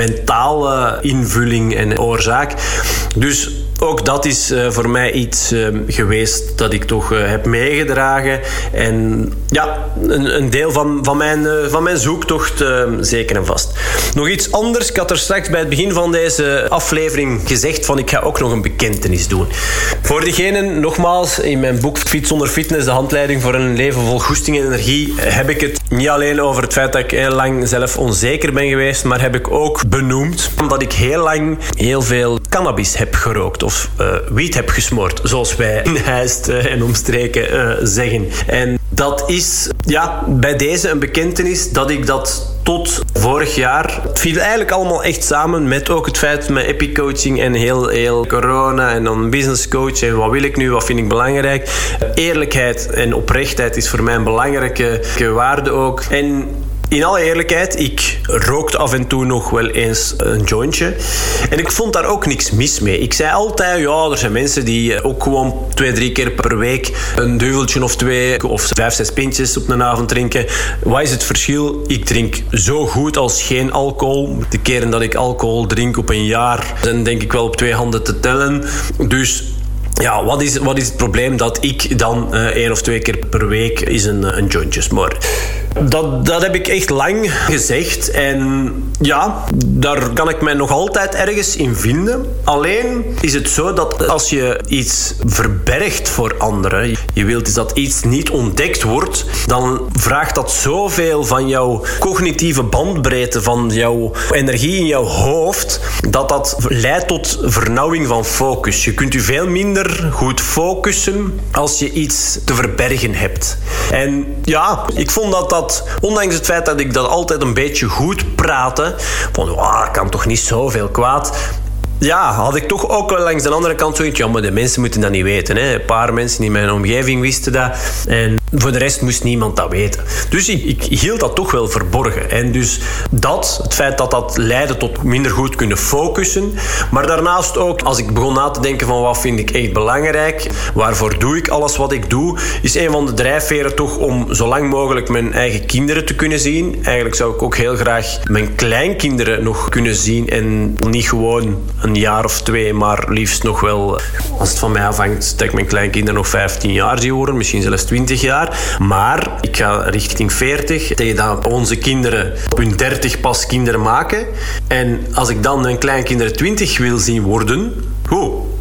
mentale invulling en oorzaak. Dus ook dat is uh, voor mij iets uh, geweest dat ik toch uh, heb meegedragen. En ja, een, een deel van, van, mijn, uh, van mijn zoektocht uh, zeker en vast. Nog iets anders. Ik had er straks bij het begin van deze aflevering gezegd van ik ga ook nog een bekentenis doen. Voor diegenen, nogmaals, in mijn boek Fit zonder Fitness, de handleiding voor een leven vol goesting en energie, heb ik het niet alleen over het feit dat ik heel lang zelf onzeker ben geweest, maar heb ik ook benoemd dat ik heel lang heel veel cannabis heb gerookt. Of uh, wiet heb gesmoord, zoals wij in Heist uh, en omstreken uh, zeggen. En dat is ja, bij deze een bekentenis dat ik dat tot vorig jaar... Het viel eigenlijk allemaal echt samen met ook het feit met Epic Coaching en heel, heel corona en dan business coach en wat wil ik nu, wat vind ik belangrijk. Eerlijkheid en oprechtheid is voor mij een belangrijke waarde ook. En in alle eerlijkheid, ik rookte af en toe nog wel eens een jointje. En ik vond daar ook niks mis mee. Ik zei altijd, ja, er zijn mensen die ook gewoon twee, drie keer per week een duveltje of twee of vijf, zes pintjes op een avond drinken. Wat is het verschil? Ik drink zo goed als geen alcohol. De keren dat ik alcohol drink op een jaar zijn denk ik wel op twee handen te tellen. Dus ja, wat is, wat is het probleem dat ik dan uh, één of twee keer per week is een, een jointje smoor? Dat, dat heb ik echt lang gezegd. En ja, daar kan ik mij nog altijd ergens in vinden. Alleen is het zo dat als je iets verbergt voor anderen, je wilt dat iets niet ontdekt wordt, dan vraagt dat zoveel van jouw cognitieve bandbreedte, van jouw energie in jouw hoofd, dat dat leidt tot vernauwing van focus. Je kunt je veel minder goed focussen als je iets te verbergen hebt. En ja, ik vond dat dat ondanks het feit dat ik dat altijd een beetje goed praatte, van wow, dat kan toch niet zoveel kwaad. Ja, had ik toch ook wel langs de andere kant zoiets. Ja, maar de mensen moeten dat niet weten. Hè. Een paar mensen in mijn omgeving wisten dat. En voor de rest moest niemand dat weten. Dus ik, ik hield dat toch wel verborgen. En dus dat, het feit dat dat leidde tot minder goed kunnen focussen. Maar daarnaast ook, als ik begon na te denken van wat vind ik echt belangrijk, waarvoor doe ik alles wat ik doe, is een van de drijfveren toch om zo lang mogelijk mijn eigen kinderen te kunnen zien. Eigenlijk zou ik ook heel graag mijn kleinkinderen nog kunnen zien en niet gewoon een jaar of twee, maar liefst nog wel, als het van mij afhangt, dat ik mijn kleinkinderen nog vijftien jaar zie worden, misschien zelfs twintig jaar. Maar ik ga richting veertig, tegen dat onze kinderen op hun dertig pas kinderen maken. En als ik dan mijn kleinkinderen twintig wil zien worden, oh,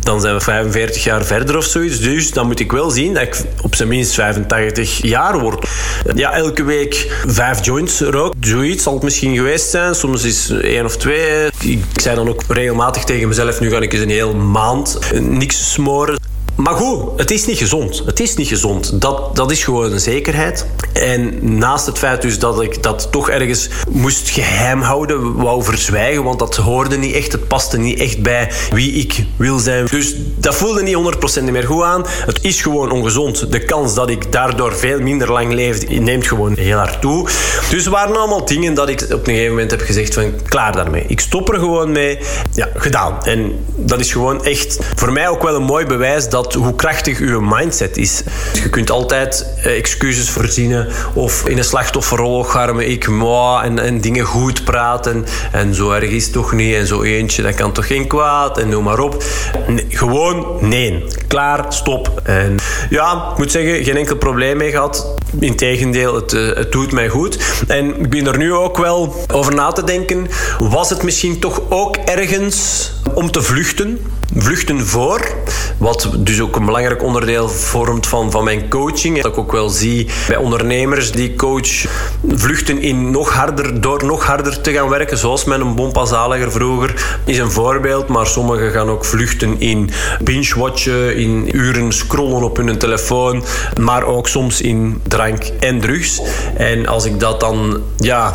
dan zijn we vijfenveertig jaar verder of zoiets. Dus dan moet ik wel zien dat ik op zijn minst vijfentachtig jaar word. Ja, elke week vijf joints rook. Zoiets zal het misschien geweest zijn. Soms is één of twee. Ik zei dan ook regelmatig tegen mezelf, nu ga ik eens een hele maand niks smoren. Maar goed, het is niet gezond. Het is niet gezond. Dat, dat is gewoon een zekerheid. En naast het feit dus dat ik dat toch ergens moest geheim houden, wou verzwijgen, want dat hoorde niet echt, het paste niet echt bij wie ik wil zijn. Dus dat voelde niet honderd procent meer goed aan. Het is gewoon ongezond. De kans dat ik daardoor veel minder lang leef, neemt gewoon heel hard toe. Dus er waren allemaal dingen dat ik op een gegeven moment heb gezegd van, klaar daarmee. Ik stop er gewoon mee. Ja, gedaan. En dat is gewoon echt voor mij ook wel een mooi bewijs dat hoe krachtig uw mindset is. Je kunt altijd eh, excuses verzinnen of in een slachtofferrol garmen ik moa en, en dingen goed praten en zo erg is het toch niet en zo eentje, dat kan toch geen kwaad en noem maar op. Nee, gewoon nee. Klaar, stop. En ja, ik moet zeggen, geen enkel probleem mee gehad. Integendeel, het, uh, het doet mij goed. En ik ben er nu ook wel over na te denken. Was het misschien toch ook ergens om te vluchten? Vluchten voor. Wat dus ook een belangrijk onderdeel vormt van, van mijn coaching. Dat ik ook wel zie bij ondernemers die coach vluchten in nog harder, door nog harder te gaan werken. Zoals met een Bompa Zaliger vroeger is een voorbeeld. Maar sommigen gaan ook vluchten in binge-watchen, in uren scrollen op hun telefoon. Maar ook soms in drank en drugs. En als ik dat dan ja,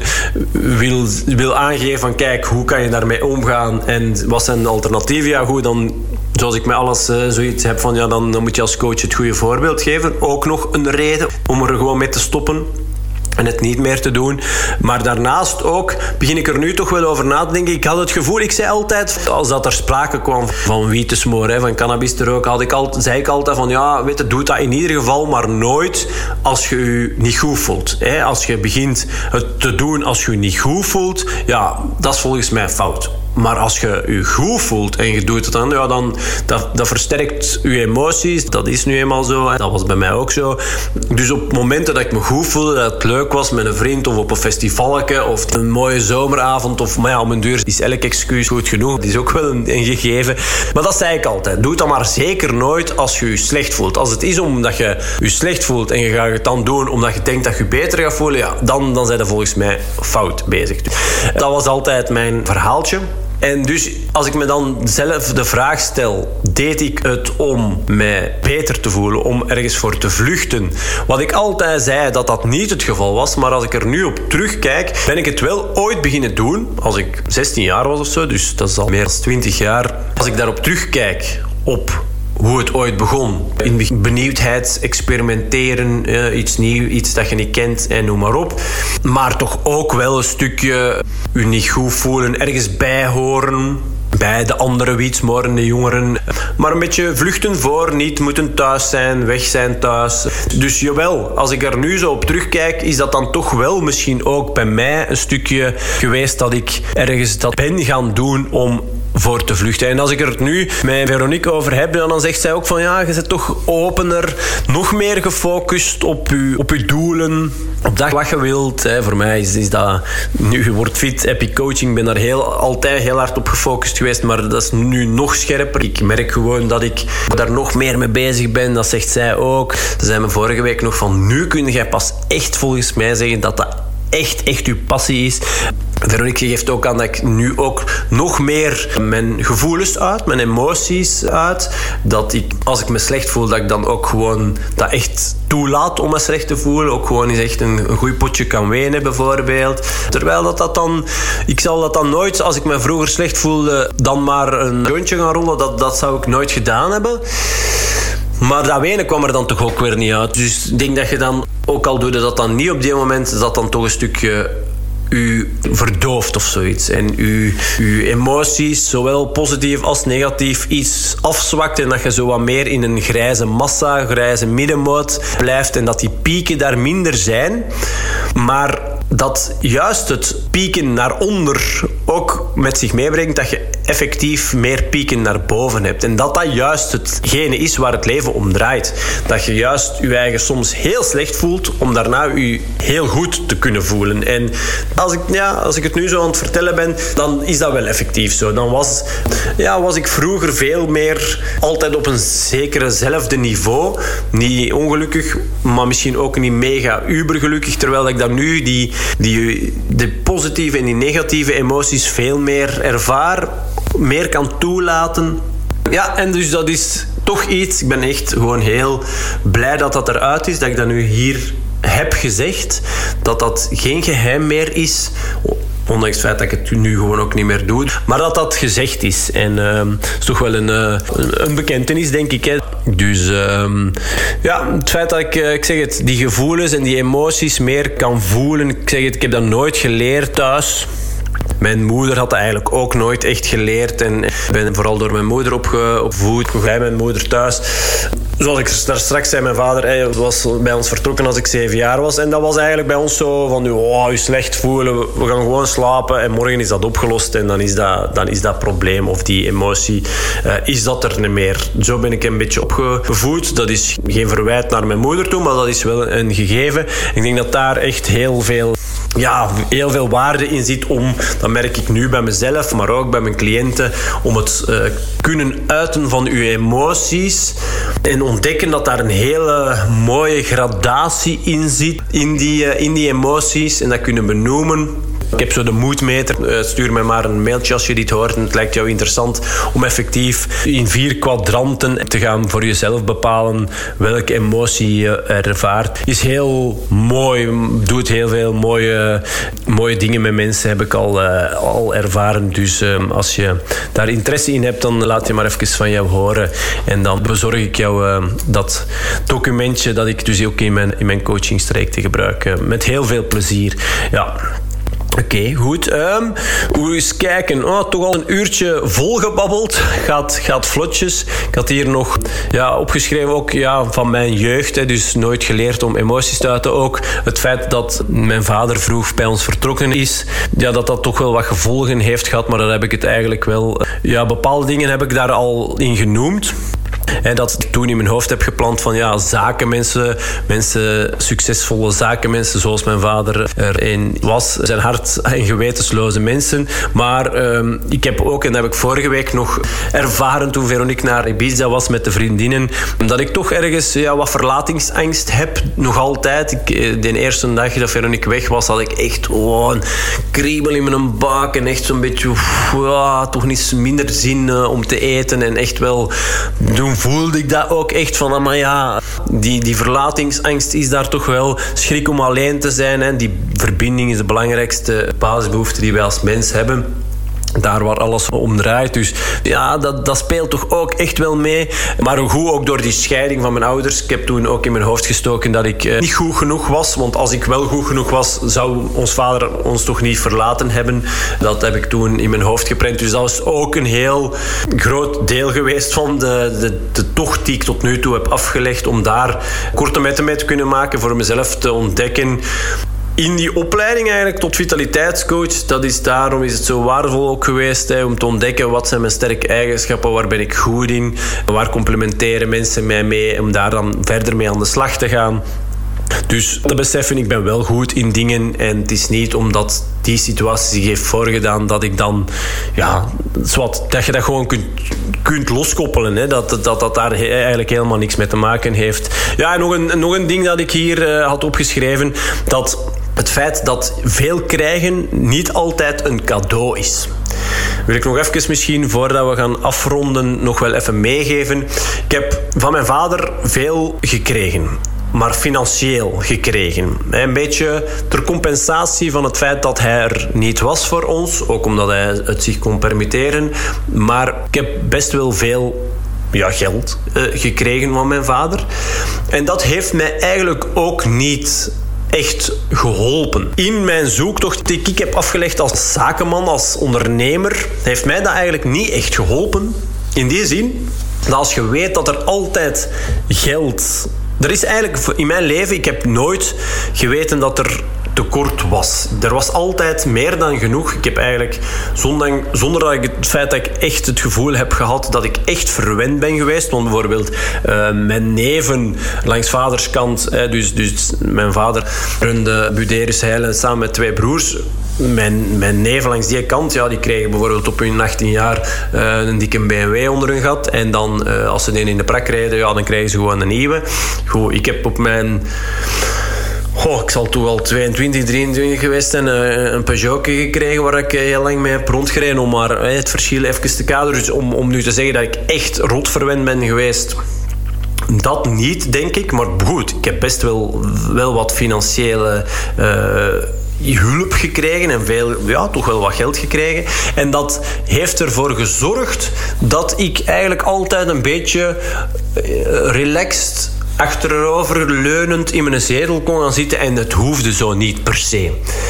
wil, wil aangeven van kijk, hoe kan je daarmee omgaan en wat zijn de alternatieven? Ja goed, dan zoals ik met alles uh, zoiets heb van ja, dan, dan moet je als coach het goede voorbeeld geven. Ook nog een reden om er gewoon mee te stoppen en het niet meer te doen. Maar daarnaast ook begin ik er nu toch wel over na te denken. Ik had het gevoel, ik zei altijd, als dat er sprake kwam van wiet te smoren, van cannabis te roken, had ik al, zei ik altijd van ja, weet je, doe dat in ieder geval, maar nooit als je je niet goed voelt. Hè? Als je begint het te doen als je je niet goed voelt, ja, dat is volgens mij fout. Maar als je je goed voelt en je doet het dan, ja, dan dat, dat versterkt je emoties. Dat is nu eenmaal zo. Hè. Dat was bij mij ook zo. Dus op momenten dat ik me goed voelde, dat het leuk was met een vriend of op een festivaletje of een mooie zomeravond of maar ja, om een duur is elk excuus goed genoeg. Dat is ook wel een, een gegeven. Maar dat zei ik altijd. Doe het dan maar zeker nooit als je je slecht voelt. Als het is omdat je je slecht voelt en je gaat het dan doen omdat je denkt dat je beter gaat voelen, ja, dan, dan zijn je volgens mij fout bezig. Dat was altijd mijn verhaaltje. En dus als ik me dan zelf de vraag stel, deed ik het om mij beter te voelen, om ergens voor te vluchten? Wat ik altijd zei dat dat niet het geval was, maar als ik er nu op terugkijk, ben ik het wel ooit beginnen doen, als ik zestien jaar was of zo, dus dat is al meer dan twintig jaar. Als ik daarop terugkijk, op hoe het ooit begon. In benieuwdheid, experimenteren, eh, iets nieuws, iets dat je niet kent en noem maar op. Maar toch ook wel een stukje je niet goed voelen, ergens bij horen. Bij de andere wietsmorende jongeren. Maar een beetje vluchten voor, niet moeten thuis zijn, weg zijn thuis. Dus jawel, als ik er nu zo op terugkijk, is dat dan toch wel misschien ook bij mij een stukje geweest dat ik ergens dat ben gaan doen om voor te vluchten. En als ik er het nu met Veronique over heb, dan zegt zij ook van ja, je bent toch opener, nog meer gefocust op je, op je doelen, op dat wat je wilt. Hè. Voor mij is, is dat, nu je wordt fit, heb ik coaching, ik ben daar heel, altijd heel hard op gefocust geweest, maar dat is nu nog scherper. Ik merk gewoon dat ik daar nog meer mee bezig ben, dat zegt zij ook. Ze zei me vorige week nog van, nu kun jij pas echt volgens mij zeggen dat dat echt, echt uw passie is. Veronique geeft ook aan dat ik nu ook nog meer mijn gevoelens uit, mijn emoties uit. Dat ik, als ik me slecht voel, dat ik dan ook gewoon dat echt toelaat om me slecht te voelen. Ook gewoon eens echt een, een goed potje kan wenen bijvoorbeeld. Terwijl dat dat dan... Ik zal dat dan nooit, als ik me vroeger slecht voelde, dan maar een jointje gaan rollen. Dat, dat zou ik nooit gedaan hebben. Maar dat wenen kwam er dan toch ook weer niet uit. Dus ik denk dat je dan, ook al doe je dat dan niet op die moment, dat dan toch een stukje u verdooft of zoiets. En u, uw emoties, zowel positief als negatief, iets afzwakt. En dat je zo wat meer in een grijze massa, grijze middenmoot blijft. En dat die pieken daar minder zijn. Maar dat juist het pieken naar onder ook met zich meebrengt dat je effectief meer pieken naar boven hebt. En dat dat juist hetgene is waar het leven om draait. Dat je juist je eigen soms heel slecht voelt om daarna je heel goed te kunnen voelen. En als ik, ja, als ik het nu zo aan het vertellen ben, dan is dat wel effectief zo. Dan was, ja, was ik vroeger veel meer altijd op een zekere zelfde niveau. Niet ongelukkig, maar misschien ook niet mega ubergelukkig. Terwijl ik dan nu die, die, de positieve en die negatieve emoties veel meer ervaar, meer kan toelaten. Ja, en dus dat is toch iets. Ik ben echt gewoon heel blij dat dat eruit is, dat ik dat nu hier heb gezegd. Dat dat geen geheim meer is. Ondanks het feit dat ik het nu gewoon ook niet meer doe. Maar dat dat gezegd is. En uh, dat is toch wel een, uh, een bekentenis, denk ik. Hè. Dus uh, ja, het feit dat ik, uh, ik zeg het, die gevoelens en die emoties meer kan voelen. Ik zeg het, ik heb dat nooit geleerd thuis. Mijn moeder had dat eigenlijk ook nooit echt geleerd. En ik ben vooral door mijn moeder opgevoed. Bij mijn moeder thuis. Zoals ik daar straks zei, mijn vader hij was bij ons vertrokken als ik zeven jaar was. En dat was eigenlijk bij ons zo van, oh, je slecht voelen. We gaan gewoon slapen en morgen is dat opgelost. En dan is dat, dan is dat probleem of die emotie, uh, is dat er niet meer. Zo ben ik een beetje opgevoed. Dat is geen verwijt naar mijn moeder toe, maar dat is wel een gegeven. Ik denk dat daar echt heel veel... Ja, heel veel waarde in zit om, dat merk ik nu bij mezelf, maar ook bij mijn cliënten, om het uh, kunnen uiten van uw emoties en ontdekken dat daar een hele mooie gradatie in zit, in die, uh, in die emoties en dat kunnen benoemen. Ik heb zo de moedmeter. Stuur mij maar een mailtje als je dit hoort en het lijkt jou interessant om effectief in vier kwadranten te gaan voor jezelf bepalen welke emotie je ervaart. Is heel mooi. Doet heel veel mooie, mooie dingen met mensen, heb ik al, uh, al ervaren. Dus uh, als je daar interesse in hebt, dan laat je maar even van jou horen. En dan bezorg ik jou uh, dat documentje dat ik dus ook in mijn, in mijn coachingstrajecten gebruik. Uh, met heel veel plezier. Ja. Oké, okay, goed. Um, hoe eens kijken. Oh, toch al een uurtje volgebabbeld. Gaat, gaat vlotjes. Ik had hier nog ja, opgeschreven ook ja, van mijn jeugd. Hè, dus nooit geleerd om emoties te uiten. Ook het feit dat mijn vader vroeg bij ons vertrokken is. Ja, dat dat toch wel wat gevolgen heeft gehad. Maar daar heb ik het eigenlijk wel... Ja, bepaalde dingen heb ik daar al in genoemd. En dat ik toen in mijn hoofd heb geplant van ja, zakenmensen, mensen, succesvolle zakenmensen zoals mijn vader erin was, zijn hart- en gewetensloze mensen. Maar um, ik heb ook, en dat heb ik vorige week nog ervaren toen Veronique naar Ibiza was met de vriendinnen, dat ik toch ergens ja, wat verlatingsangst heb, nog altijd. Ik, de eerste dag dat Veronique weg was, had ik echt oh, een kriebel in mijn buik en echt zo'n beetje oh, toch niet minder zin uh, om te eten en echt wel doen. Voelde ik dat ook echt van, maar ja, die, die verlatingsangst is daar toch wel. Schrik om alleen te zijn. Hè. Die verbinding is de belangrijkste basisbehoefte die wij als mens hebben. Daar waar alles om draait. Dus ja, dat, dat speelt toch ook echt wel mee. Maar goed, ook door die scheiding van mijn ouders. Ik heb toen ook in mijn hoofd gestoken dat ik eh, niet goed genoeg was. Want als ik wel goed genoeg was, zou ons vader ons toch niet verlaten hebben. Dat heb ik toen in mijn hoofd geprent. Dus dat was ook een heel groot deel geweest van de, de, de tocht die ik tot nu toe heb afgelegd. Om daar korte metten mee te kunnen maken. Voor mezelf te ontdekken. In die opleiding eigenlijk tot vitaliteitscoach, dat is daarom is het zo waardevol ook geweest hè, om te ontdekken wat zijn mijn sterke eigenschappen, waar ben ik goed in, waar complementeren mensen mij mee, om daar dan verder mee aan de slag te gaan. Dus te beseffen, ik ben wel goed in dingen en het is niet omdat die situatie zich heeft voorgedaan dat ik dan, ja, zwart, dat je dat gewoon kunt, kunt loskoppelen. Hè? Dat, dat dat daar eigenlijk helemaal niks mee te maken heeft. Ja, en nog een, nog een ding dat ik hier uh, had opgeschreven, dat het feit dat veel krijgen niet altijd een cadeau is. Wil ik nog even misschien, voordat we gaan afronden, nog wel even meegeven. Ik heb van mijn vader veel gekregen. Maar financieel gekregen. Een beetje ter compensatie van het feit dat hij er niet was voor ons. Ook omdat hij het zich kon permitteren. Maar ik heb best wel veel ja, geld uh, gekregen van mijn vader. En dat heeft mij eigenlijk ook niet echt geholpen. In mijn zoektocht die ik heb afgelegd als zakenman, als ondernemer, heeft mij dat eigenlijk niet echt geholpen. In die zin dat als je weet dat er altijd geld... Er is eigenlijk in mijn leven, ik heb nooit geweten dat er tekort was. Er was altijd meer dan genoeg. Ik heb eigenlijk, zonder, zonder dat ik het feit dat ik echt het gevoel heb gehad dat ik echt verwend ben geweest, want bijvoorbeeld uh, mijn neven langs vaderskant, eh, dus, dus mijn vader runde Buderus Heilen samen met twee broers. Mijn, mijn neven langs die kant, ja, die kregen bijvoorbeeld op hun achttien jaar uh, een dikke B M W onder hun gat. En dan, uh, als ze die in de prak reden, ja, dan kregen ze gewoon een nieuwe. Goed, ik heb op mijn... Oh, ik zal toch al tweeëntwintig, drieëntwintig geweest zijn, uh, een Peugeot gekregen waar ik heel lang mee heb rondgereden, om maar uh, het verschil even te kaderen. Dus om, om nu te zeggen dat ik echt rotverwend ben geweest... Dat niet, denk ik. Maar goed, ik heb best wel, wel wat financiële uh, hulp gekregen. En veel, ja, toch wel wat geld gekregen. En dat heeft ervoor gezorgd dat ik eigenlijk altijd een beetje uh, relaxed, achterover leunend in mijn zetel kon gaan zitten. En het hoefde zo niet per se.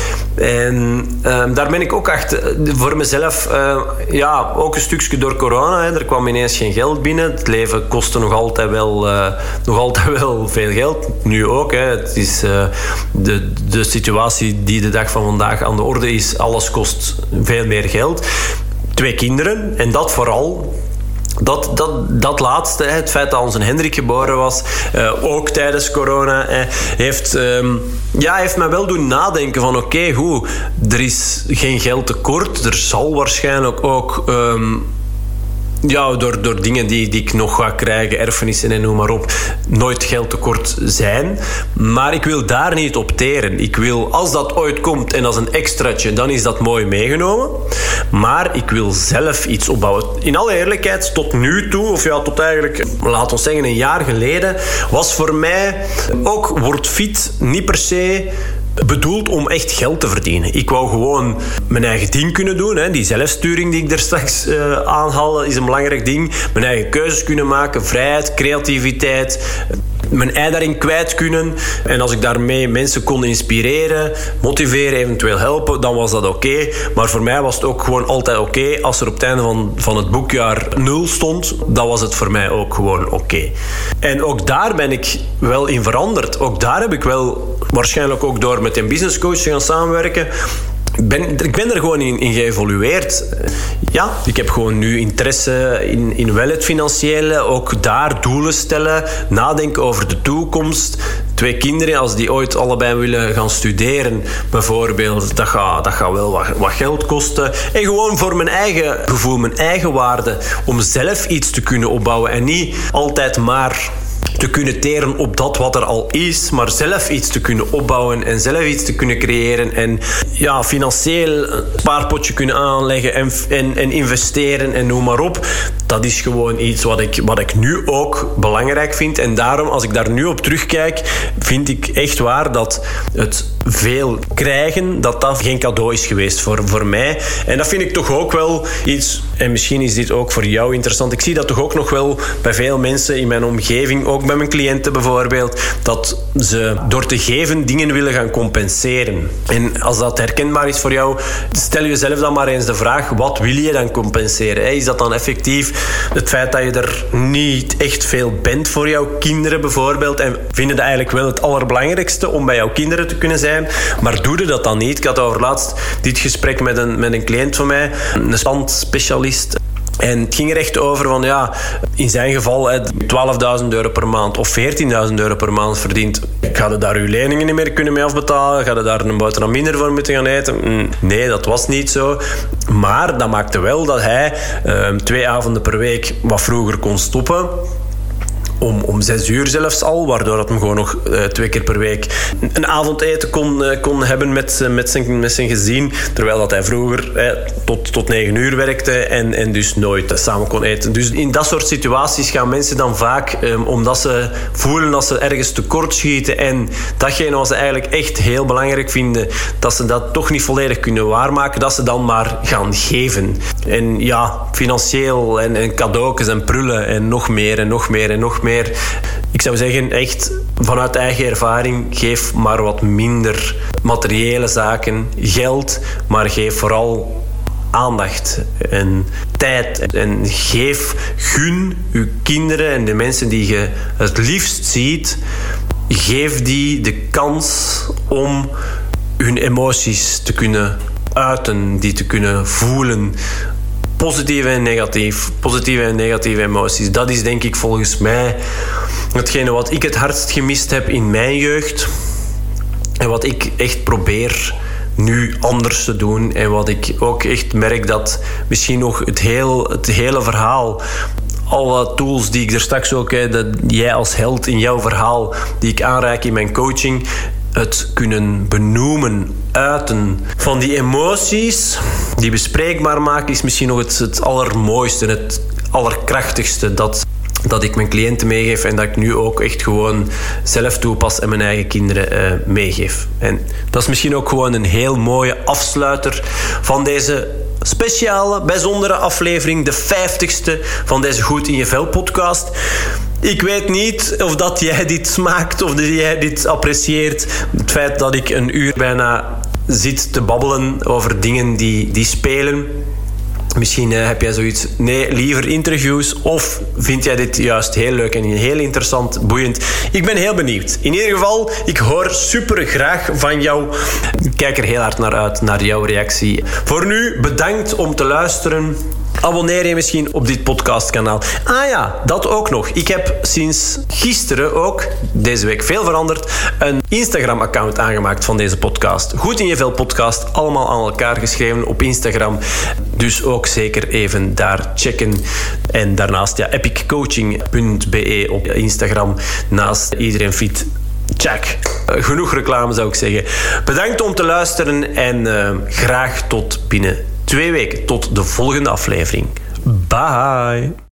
En uh, daar ben ik ook achter, voor mezelf, uh, ja, ook een stukje door corona. Hè. Er kwam ineens geen geld binnen. Het leven kostte nog altijd wel, uh, nog altijd wel veel geld. Nu ook. Hè. Het is uh, de, de situatie die de dag van vandaag aan de orde is. Alles kost veel meer geld. Twee kinderen. En dat vooral... Dat, dat, dat laatste, het feit dat onze Hendrik geboren was, uh, ook tijdens corona, uh, heeft, um, ja, heeft mij wel doen nadenken van oké, okay, goed, er is geen geld tekort. Er zal waarschijnlijk ook... Um, Ja, door, door dingen die, die ik nog ga krijgen, erfenissen en noem maar op, nooit geld tekort zijn. Maar ik wil daar niet op teren. Ik wil, als dat ooit komt en als een extraatje, dan is dat mooi meegenomen. Maar ik wil zelf iets opbouwen. In alle eerlijkheid, tot nu toe, of ja, tot eigenlijk, laten we zeggen, een jaar geleden, was voor mij ook Word Fit niet per se bedoeld om echt geld te verdienen. Ik wou gewoon mijn eigen ding kunnen doen. Hè. Die zelfsturing die ik er straks uh, aanhaalde is een belangrijk ding. Mijn eigen keuzes kunnen maken, vrijheid, creativiteit, mijn ei daarin kwijt kunnen. En als ik daarmee mensen kon inspireren, motiveren, eventueel helpen, dan was dat oké. Okay. Maar voor mij was het ook gewoon altijd oké. Okay. Als er op het einde van, van het boekjaar nul stond, dan was het voor mij ook gewoon oké. Okay. En ook daar ben ik wel in veranderd. Ook daar heb ik wel, waarschijnlijk ook door met een businesscoach te gaan samenwerken, Ik ben, ik ben er gewoon in, in geëvolueerd. Ja, ik heb gewoon nu interesse in, in wel het financiële. Ook daar doelen stellen. Nadenken over de toekomst. Twee kinderen, als die ooit allebei willen gaan studeren, bijvoorbeeld, dat gaat, dat gaat wel wat, wat geld kosten. En gewoon voor mijn eigen gevoel, mijn eigen waarde, om zelf iets te kunnen opbouwen. En niet altijd maar te kunnen teren op dat wat er al is, maar zelf iets te kunnen opbouwen en zelf iets te kunnen creëren en ja, financieel een spaarpotje kunnen aanleggen en, en, en investeren en noem maar op. Dat is gewoon iets wat ik, wat ik nu ook belangrijk vind. En daarom, als ik daar nu op terugkijk, vind ik echt waar dat het veel krijgen, dat dat geen cadeau is geweest voor, voor mij. En dat vind ik toch ook wel iets, en misschien is dit ook voor jou interessant, ik zie dat toch ook nog wel bij veel mensen in mijn omgeving, ook bij mijn cliënten bijvoorbeeld, dat ze door te geven dingen willen gaan compenseren. En als dat herkenbaar is voor jou, stel jezelf dan maar eens de vraag, wat wil je dan compenseren? Is dat dan effectief het feit dat je er niet echt veel bent voor jouw kinderen bijvoorbeeld, en vinden dat eigenlijk wel het allerbelangrijkste om bij jouw kinderen te kunnen zijn, maar doe je dat dan niet? Ik had over laatst dit gesprek met een, met een cliënt van mij, een standspecialist. En het ging er echt over van, ja, in zijn geval twaalfduizend euro per maand of veertienduizend euro per maand verdient. Ga je daar uw leningen niet meer kunnen mee afbetalen? Ga je daar een boterham minder voor moeten gaan eten? Nee, dat was niet zo. Maar dat maakte wel dat hij uh, twee avonden per week wat vroeger kon stoppen. Om, om zes uur zelfs al, waardoor dat hem gewoon nog uh, twee keer per week een avondeten kon, uh, kon hebben met, met, zijn, met zijn gezin. Terwijl dat hij vroeger uh, tot, tot negen uur werkte en, en dus nooit uh, samen kon eten. Dus in dat soort situaties gaan mensen dan vaak, um, omdat ze voelen dat ze ergens tekort schieten en datgene wat ze eigenlijk echt heel belangrijk vinden, dat ze dat toch niet volledig kunnen waarmaken, dat ze dan maar gaan geven. En ja, financieel en, en cadeautjes en prullen en nog meer en nog meer en nog meer. Ik zou zeggen, echt vanuit eigen ervaring, geef maar wat minder materiële zaken, geld, maar geef vooral aandacht en tijd. En geef, gun uw kinderen en de mensen die je het liefst ziet, geef die de kans om hun emoties te kunnen uiten, die te kunnen voelen. Positieve en negatief. Positieve en negatieve emoties. Dat is denk ik volgens mij hetgene wat ik het hardst gemist heb in mijn jeugd. En wat ik echt probeer nu anders te doen. En wat ik ook echt merk dat misschien nog het, heel, het hele verhaal, alle tools die ik er straks ook heb, dat jij als held in jouw verhaal, die ik aanreik in mijn coaching, het kunnen benoemen, uiten van die emoties, die bespreekbaar maken, is misschien nog het, het allermooiste, het allerkrachtigste dat, dat ik mijn cliënten meegeef en dat ik nu ook echt gewoon zelf toepas en mijn eigen kinderen uh, meegeef. En dat is misschien ook gewoon een heel mooie afsluiter van deze speciale, bijzondere aflevering, de vijftigste van deze Goed in je Vel podcast. Ik weet niet of dat jij dit smaakt of dat jij dit apprecieert. Het feit dat ik een uur bijna zit te babbelen over dingen die, die spelen. Misschien uh, heb jij zoiets, nee, liever interviews. Of vind jij dit juist heel leuk en heel interessant, boeiend. Ik ben heel benieuwd. In ieder geval, ik hoor super graag van jou. Ik kijk er heel hard naar uit, naar jouw reactie. Voor nu, bedankt om te luisteren. Abonneer je misschien op dit podcastkanaal. Ah ja, dat ook nog. Ik heb sinds gisteren ook, deze week veel veranderd, een Instagram-account aangemaakt van deze podcast. Goed in je Vel podcast, allemaal aan elkaar geschreven op Instagram. Dus ook zeker even daar checken. En daarnaast ja, epic coaching punt b e op Instagram. Naast Iedereen Fit. Check. Uh, genoeg reclame zou ik zeggen. Bedankt om te luisteren en uh, graag tot binnen twee weken. Tot de volgende aflevering. Bye.